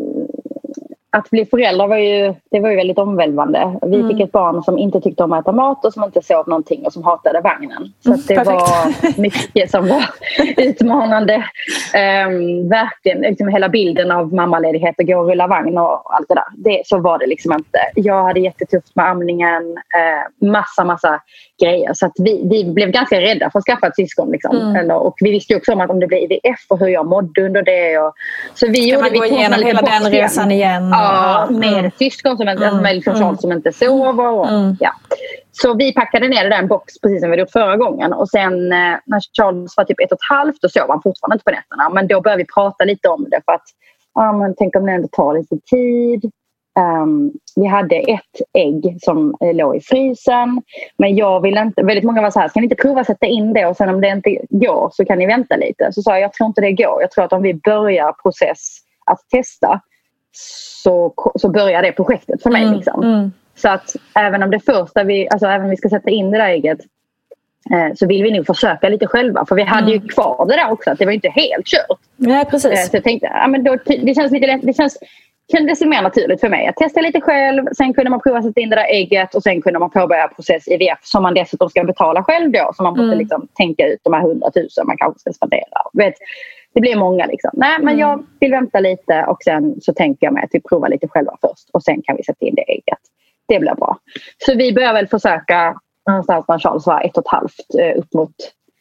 Att bli förälder var ju, det var ju väldigt omvälvande. Vi mm. fick ett barn som inte tyckte om att äta mat och som inte sov någonting och som hatade vagnen. Så att det mm, var mycket som var utmanande. Um, verkligen, liksom hela bilden av mammaledighet och gå och rulla vagn och allt det där. Det, så var det liksom inte. Jag hade jättetufft med amningen. Uh, massa, massa grejer. Så att vi, vi blev ganska rädda för att skaffa ett syskon. Liksom. Mm. Eller, och vi visste ju också om att om det blev I V F och hur jag mådde under det. Och, så vi Ska gjorde, man gå vi igenom hela den resan igen? Ja, med mm. ett syskon som, mm. alltså med liksom mm. som inte sover. Och, mm. ja. Så vi packade ner det där i en box precis som vi gjort förra gången. Och sen eh, när Charles var typ ett och ett halvt, då sov han fortfarande inte på nätterna. Men då började vi prata lite om det för att ja, men tänk om det ändå tar lite tid. Um, vi hade ett ägg som eh, låg i frysen. Men jag vill inte, väldigt många var så här, ska ni inte prova att sätta in det och sen om det inte går så kan ni vänta lite. Så sa jag, jag tror inte det går. Jag tror att om vi börjar process att testa så, så börjar det projektet för mig. Mm, liksom. mm. Så att även om det första vi, alltså även om vi ska sätta in det där ägget eh, så vill vi nog försöka lite själva. För vi hade mm. ju kvar det där också, att det var inte helt kört. Nej, precis. Eh, så jag tänkte, ja, men då, det känns lite lätt, det känns kändes mer naturligt för mig att testa lite själv. Sen kunde man prova att sätta in det där ägget och sen kunde man påbörja process I V F som man dessutom ska betala själv då. Så man måste mm. liksom tänka ut de här hundratusen man kanske ska spendera. Vet, det blir många liksom. Nej, men mm. jag vill vänta lite och sen så tänker jag mig att vi provar lite själva först. Och sen kan vi sätta in det ägget. Det blir bra. Så vi börjar väl försöka någonstans när Charles var ett och ett halvt upp mot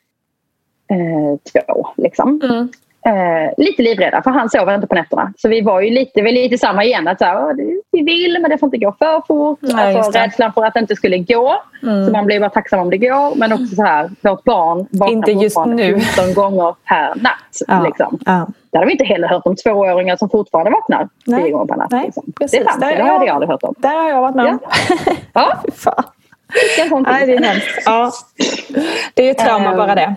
eh, två liksom. Mm. Eh, lite livrädda för han sover inte på nätterna. Så vi var ju lite, vi lite samma igen att så här, vi vill men det får inte gå för fort. Nej, alltså rädslan för att det inte skulle gå. Mm. Så man blir bara tacksam om det går. Men också så här, vårt barn inte just nu fjorton gånger per natt. Ja. Liksom. Ja. Det hade vi inte heller hört om tvååringar som fortfarande vaknar Nej. tio gånger per natt. Nej, liksom. Precis. Det fanns, där det hade jag aldrig hört om. Där har jag varit med om. Ja. Ja. Fan. Nej, det är hemskt. Ja. Det är ju trauma um. bara det.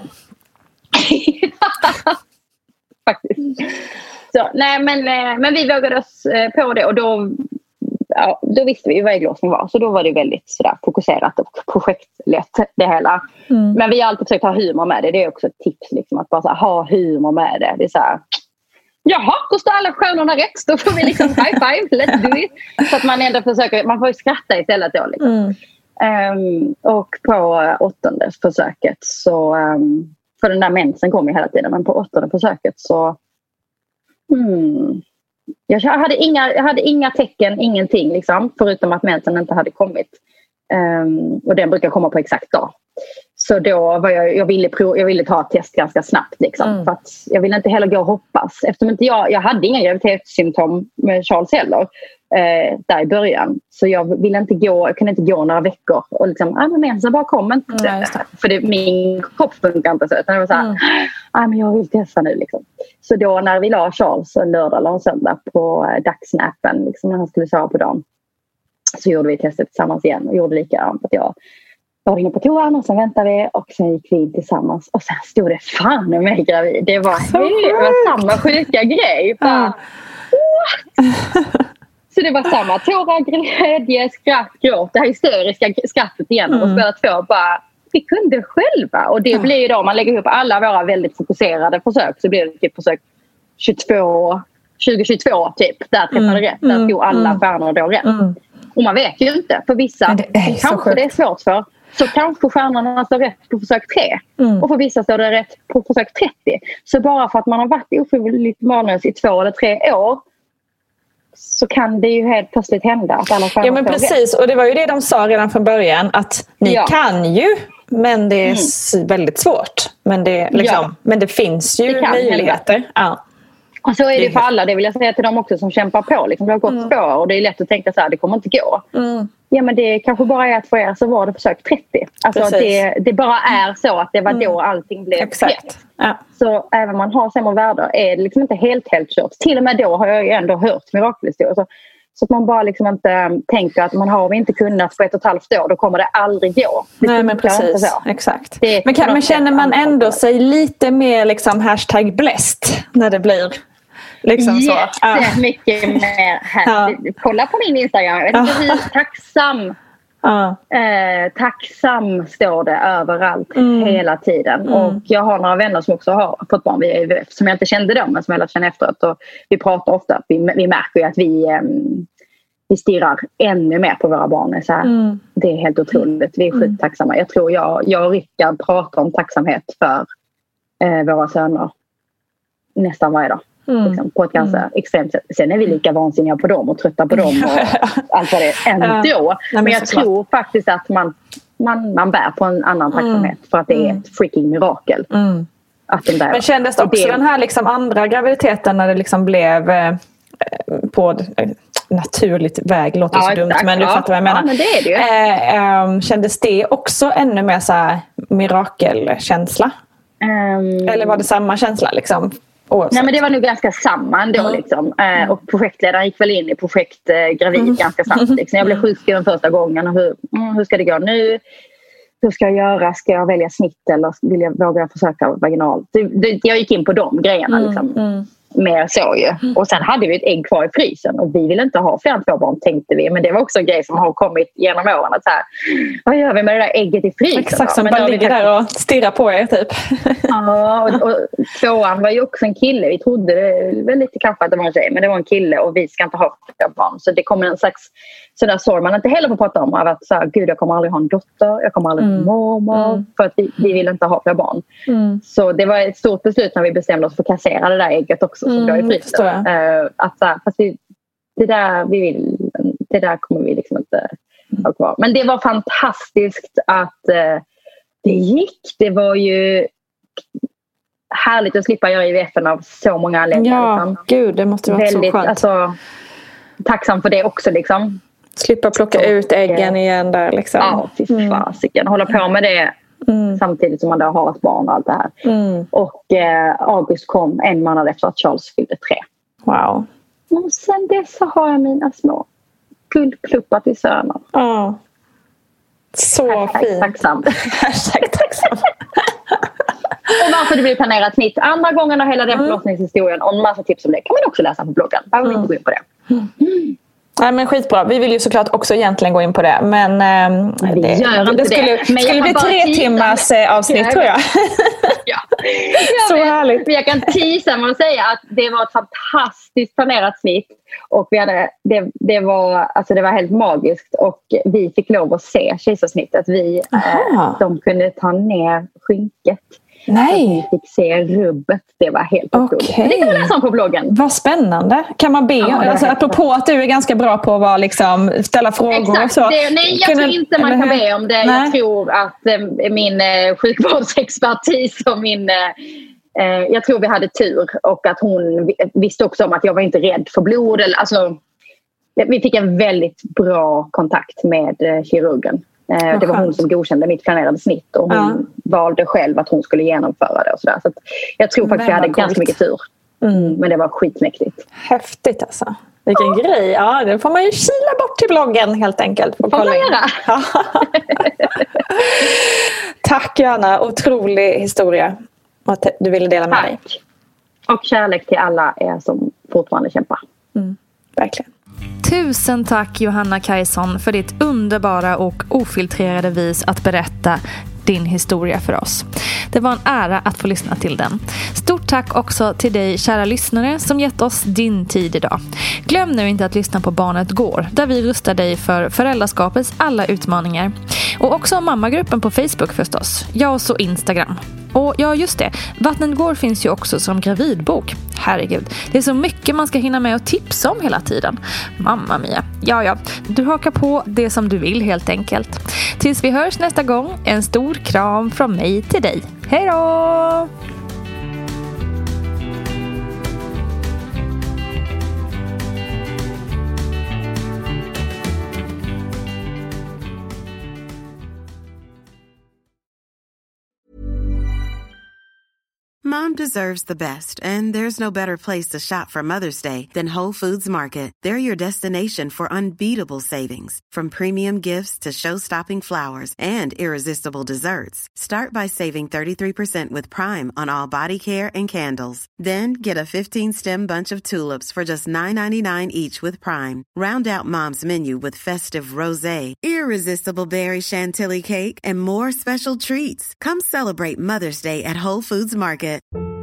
Faktiskt. Så, nej, men, men vi vågade oss på det och då, ja, då visste vi vad ägglossning var. Så då var det väldigt sådär, fokuserat och projektlätt det hela. Mm. Men vi har alltid försökt ha humor med det. Det är också ett tips liksom, att bara så här, ha humor med det. Det är så här, jaha, då står alla stjärnorna rätt. Då får vi liksom high five, let's do it. Så att man ändå försöker, man får ju skratta istället då liksom. Mm. Um, och på åttonde försöket så um, för den där mensen kom ju hela tiden. Men på åttonde försöket så hmm, jag, hade inga, jag hade inga tecken, ingenting liksom. Förutom att mensen inte hade kommit. Um, och den brukar komma på exakt dag. Så då var jag, jag, ville prov, jag ville ta ett test ganska snabbt liksom. Mm. För att jag ville inte heller gå och hoppas. Eftersom inte jag, jag hade inga graviditetssymptom med Charles heller. Eh, där i början. Så jag ville inte gå, jag kunde inte gå några veckor. Och liksom, ah, men mensen bara kom inte. Mm, det. För det, min kropp funkar inte så. Utan jag var så här, mm. ah, men jag vill testa nu liksom. Så då när vi la Charles en lördag eller en söndag på eh, dagsnappen. Liksom när han skulle sova på dagen. Så gjorde vi testet tillsammans igen. Och gjorde likadant att jag var inne på toan och sen väntade vi och sen gick vi in tillsammans och sen stod det fan med mig gravid. Det var, det var samma sjuka grej. Bara, så det var samma tårar, glädje, skratt, gråt. Det här hysteriska skrattet igen. Mm. Och båda två bara, vi kunde själva. Och det blir ju då, om man lägger ihop alla våra väldigt fokuserade försök så blir det typ försök tjugotvå, tjugo tjugotvå typ. Där träffade mm. rätt. Där stod alla mm. stjärnor då rätt. Mm. Och man vet ju inte. För vissa kanske det är svårt för. Så kanske stjärnorna står rätt på försök tre. Mm. Och för vissa står det rätt på försök trettio. Så bara för att man har varit ofrivilligt barnlös i två eller tre år så kan det ju helt plötsligt hända att alla stjärnor. Ja men precis, rätt. Och det var ju det de sa redan från början. Att ni ja. kan ju, men det är mm. väldigt svårt. Men det, liksom, ja. men det finns ju det möjligheter. Ja. Och så är det för alla, det vill jag säga till dem också som kämpar på. Liksom, det har gått mm. två och det är lätt att tänka så här, det kommer inte gå. Mm. Ja men det kanske bara är att för er så var det försök trettio. Alltså det, det bara är så att det var då allting blev rätt. Ja. Så även om man har sämre världar är det liksom inte helt helt kört. Till och med då har jag ju ändå hört mirakelhistorier. Så Så att man bara liksom inte tänker att man har vi inte kunnat på ett och ett halvt år, då kommer det aldrig gå. Det Nej, men precis. Exakt. Men, kan, men känner man ändå sig lite mer liksom hashtag blessed när det blir liksom så? Jättemycket mer här. Ja. Kolla på min Instagram. Jag vet inte hur tacksam. Ja. Eh, tacksam står det överallt mm. hela tiden. Mm. Och jag har några vänner som också har fått barn via I V F som jag inte kände dem, men som jag lärt känna efteråt. Och vi pratar ofta att vi, vi märker ju att vi, eh, vi stirrar ännu mer på våra barn. Så här, mm. Det är helt otroligt. Vi är sjukt tacksamma. Jag tror jag, jag och Rickard pratar om tacksamhet för eh, våra söner nästan varje dag. Mm. Liksom, på ett ganska mm. extremt sätt. Sen är vi lika vansinniga på dem och trötta på dem och allt vad det är ändå. Ja. Men, men jag tror faktiskt att man, man, man bär på en annan tacksamhet mm. för att det är ett freaking mirakel. Mm. Att de där, men kändes det också det, den här liksom andra graviditeten när det liksom blev eh, på eh, naturligt väg, låter ja, så dumt, men du ja. fattar vad jag menar. Ja, men det är det ju. Eh, eh, kändes det också ännu mer så här mirakelkänsla? Um, Eller var det samma känsla liksom? Oavsett. Nej, men det var nog ganska samma ändå mm. liksom. eh, och projektledaren gick väl in i projekt eh, gravid mm. ganska snabbt liksom. Jag blev sjukskriven första gången och hur, mm, hur ska det gå nu, hur ska jag göra, ska jag välja snitt eller vill jag våga försöka vaginalt. det, det, jag gick in på de grejerna mm. liksom. mm. mer så ju. Mm. Och sen hade vi ett ägg kvar i frysen och vi ville inte ha fler än två barn, tänkte vi. Men det var också en grej som har kommit genom åren. Att så här, vad gör vi med det där ägget i frysen? Exakt, som bara ligger där och stirrar på er typ. Ja, och, och tvåan var ju också en kille. Vi trodde det väl lite kanske att det var en tjej, men det var en kille och vi ska inte ha fler barn. Så det kommer en slags sådär sorg man inte heller får prata om. Av att så här, gud, jag kommer aldrig ha en dotter, jag kommer aldrig ha en mormor. Mm. För att vi, vi vill inte ha fler barn. Mm. Så det var ett stort beslut när vi bestämde oss för att kassera det där ägget också. Som mm, då i frysen. Uh, att så här, fast vi, det där vi vill, det där kommer vi liksom inte ha kvar. Men det var fantastiskt att uh, det gick. Det var ju härligt att slippa göra I V F av så många anledningar. Ja, liksom. Gud, det måste vara så skönt. Alltså, tacksam för det också liksom. Slippa plocka så, ut äggen igen där liksom. Ja, fy fasiken. Mm. Hålla på med det mm. samtidigt som man då har ett barn och allt det här. Mm. Och eh, August kom en månad efter att Charles fyllde tre. Wow. Och sen dess så har jag mina små guldkluppar till söner. Ja. Så Hashtag fint. Tacksam. Hashtag tacksam. Och varför det blir planerat snitt andra gången och hela den mm. förlossningshistorien och en massa tips om det kan man också läsa på bloggen. Behöver vi mm. inte gå in på det. Mm. Nej, men skitbra. Vi vill ju såklart också egentligen gå in på det. Men eh, det, det, det skulle, det. Men skulle bli tre timmars eh, avsnitt ja, tror jag. Ja. Så jag härligt. Men jag kan tisa med att säga att det var ett fantastiskt planerat snitt. Och vi hade, det, det, var, alltså det var helt magiskt. Och vi fick lov att se kejsarsnittet. Vi, eh, de kunde ta ner skynket. Nej. Vi fick se rubbet. Det var helt otroligt. Okay. Det kan du läsa om på bloggen. Vad spännande. Kan man be? Ja, alltså, apropå att du är ganska bra på att vara, liksom, ställa frågor. Exakt. Och så. Det, nej, jag Kunde, tror inte man kan be om det. Nej. Jag tror att eh, min eh, sjukvårdsexpertis och min... Eh, jag tror vi hade tur. Och att hon visste också om att jag var inte rädd för blod. Eller, alltså, vi fick en väldigt bra kontakt med eh, kirurgen. Eh, det var hon som godkände mitt planerade snitt och hon ja. valde själv att hon skulle genomföra det och sådär. Så att jag tror faktiskt vi hade coolt. ganska mycket tur. Mm. Men det var skitmäktigt. Häftigt alltså. Vilken ja. grej. Ja, det får man ju kila bort till bloggen helt enkelt. Får man göra. Tack Johanna. Otrolig historia. Att du ville dela med Tack. dig. Och kärlek till alla er som fortfarande kämpar. Mm. Verkligen. Tusen tack Johanna Kajson för ditt underbara och ofiltrerade vis att berätta din historia för oss. Det var en ära att få lyssna till den. Stort tack också till dig kära lyssnare som gett oss din tid idag. Glöm nu inte att lyssna på Barnet går, där vi rustar dig för föräldraskapets alla utmaningar. Och också mammagruppen på Facebook förstås. Ja, och så Instagram. Och ja, just det. Vattnet går finns ju också som gravidbok. Herregud, det är så mycket man ska hinna med och tipsa om hela tiden. Mamma mia. Ja, ja. Du hakar på det som du vill helt enkelt. Tills vi hörs nästa gång, en stor kram från mig till dig. Hej då! Mom deserves the best, and there's no better place to shop for Mother's Day than Whole Foods Market. They're your destination for unbeatable savings, from premium gifts to show-stopping flowers and irresistible desserts. Start by saving thirty-three percent with Prime on all body care and candles. Then get a fifteen-stem bunch of tulips for just nine ninety-nine each with Prime. Round out Mom's menu with festive rosé, irresistible berry chantilly cake, and more special treats. Come celebrate Mother's Day at Whole Foods Market.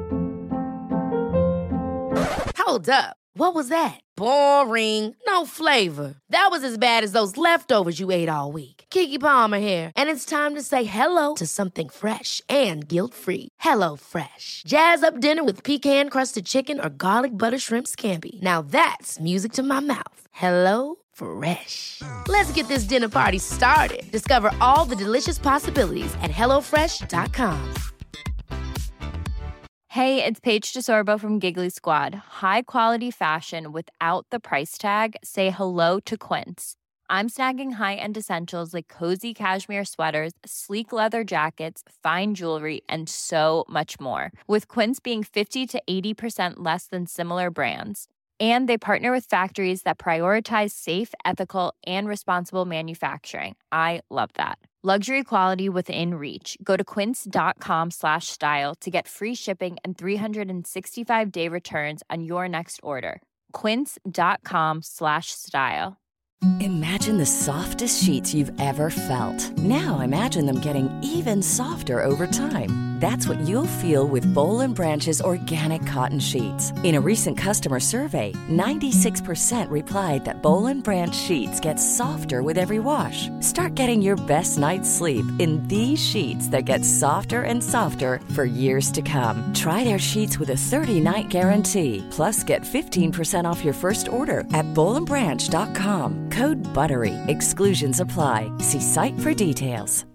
Hold up. What was that? Boring. No flavor. That was as bad as those leftovers you ate all week. Keke Palmer here, and it's time to say hello to something fresh and guilt-free. Hello Fresh. Jazz up dinner with pecan-crusted chicken or garlic butter shrimp scampi. Now that's music to my mouth. Hello Fresh. Let's get this dinner party started. Discover all the delicious possibilities at hello fresh dot com. Hey, it's Paige DeSorbo from Giggly Squad. High quality fashion without the price tag. Say hello to Quince. I'm snagging high-end essentials like cozy cashmere sweaters, sleek leather jackets, fine jewelry, and so much more. With Quince being fifty to eighty percent less than similar brands. And they partner with factories that prioritize safe, ethical, and responsible manufacturing. I love that. Luxury quality within reach. Go to quince.com slash style to get free shipping and three sixty-five day returns on your next order. Quince.com slash style. Imagine the softest sheets you've ever felt. Now imagine them getting even softer over time. That's what you'll feel with Boll and Branch's organic cotton sheets. In a recent customer survey, ninety-six percent replied that Boll and Branch sheets get softer with every wash. Start getting your best night's sleep in these sheets that get softer and softer for years to come. Try their sheets with a thirty-night guarantee. Plus, get fifteen percent off your first order at boll and branch dot com. Code BUTTERY. Exclusions apply. See site for details.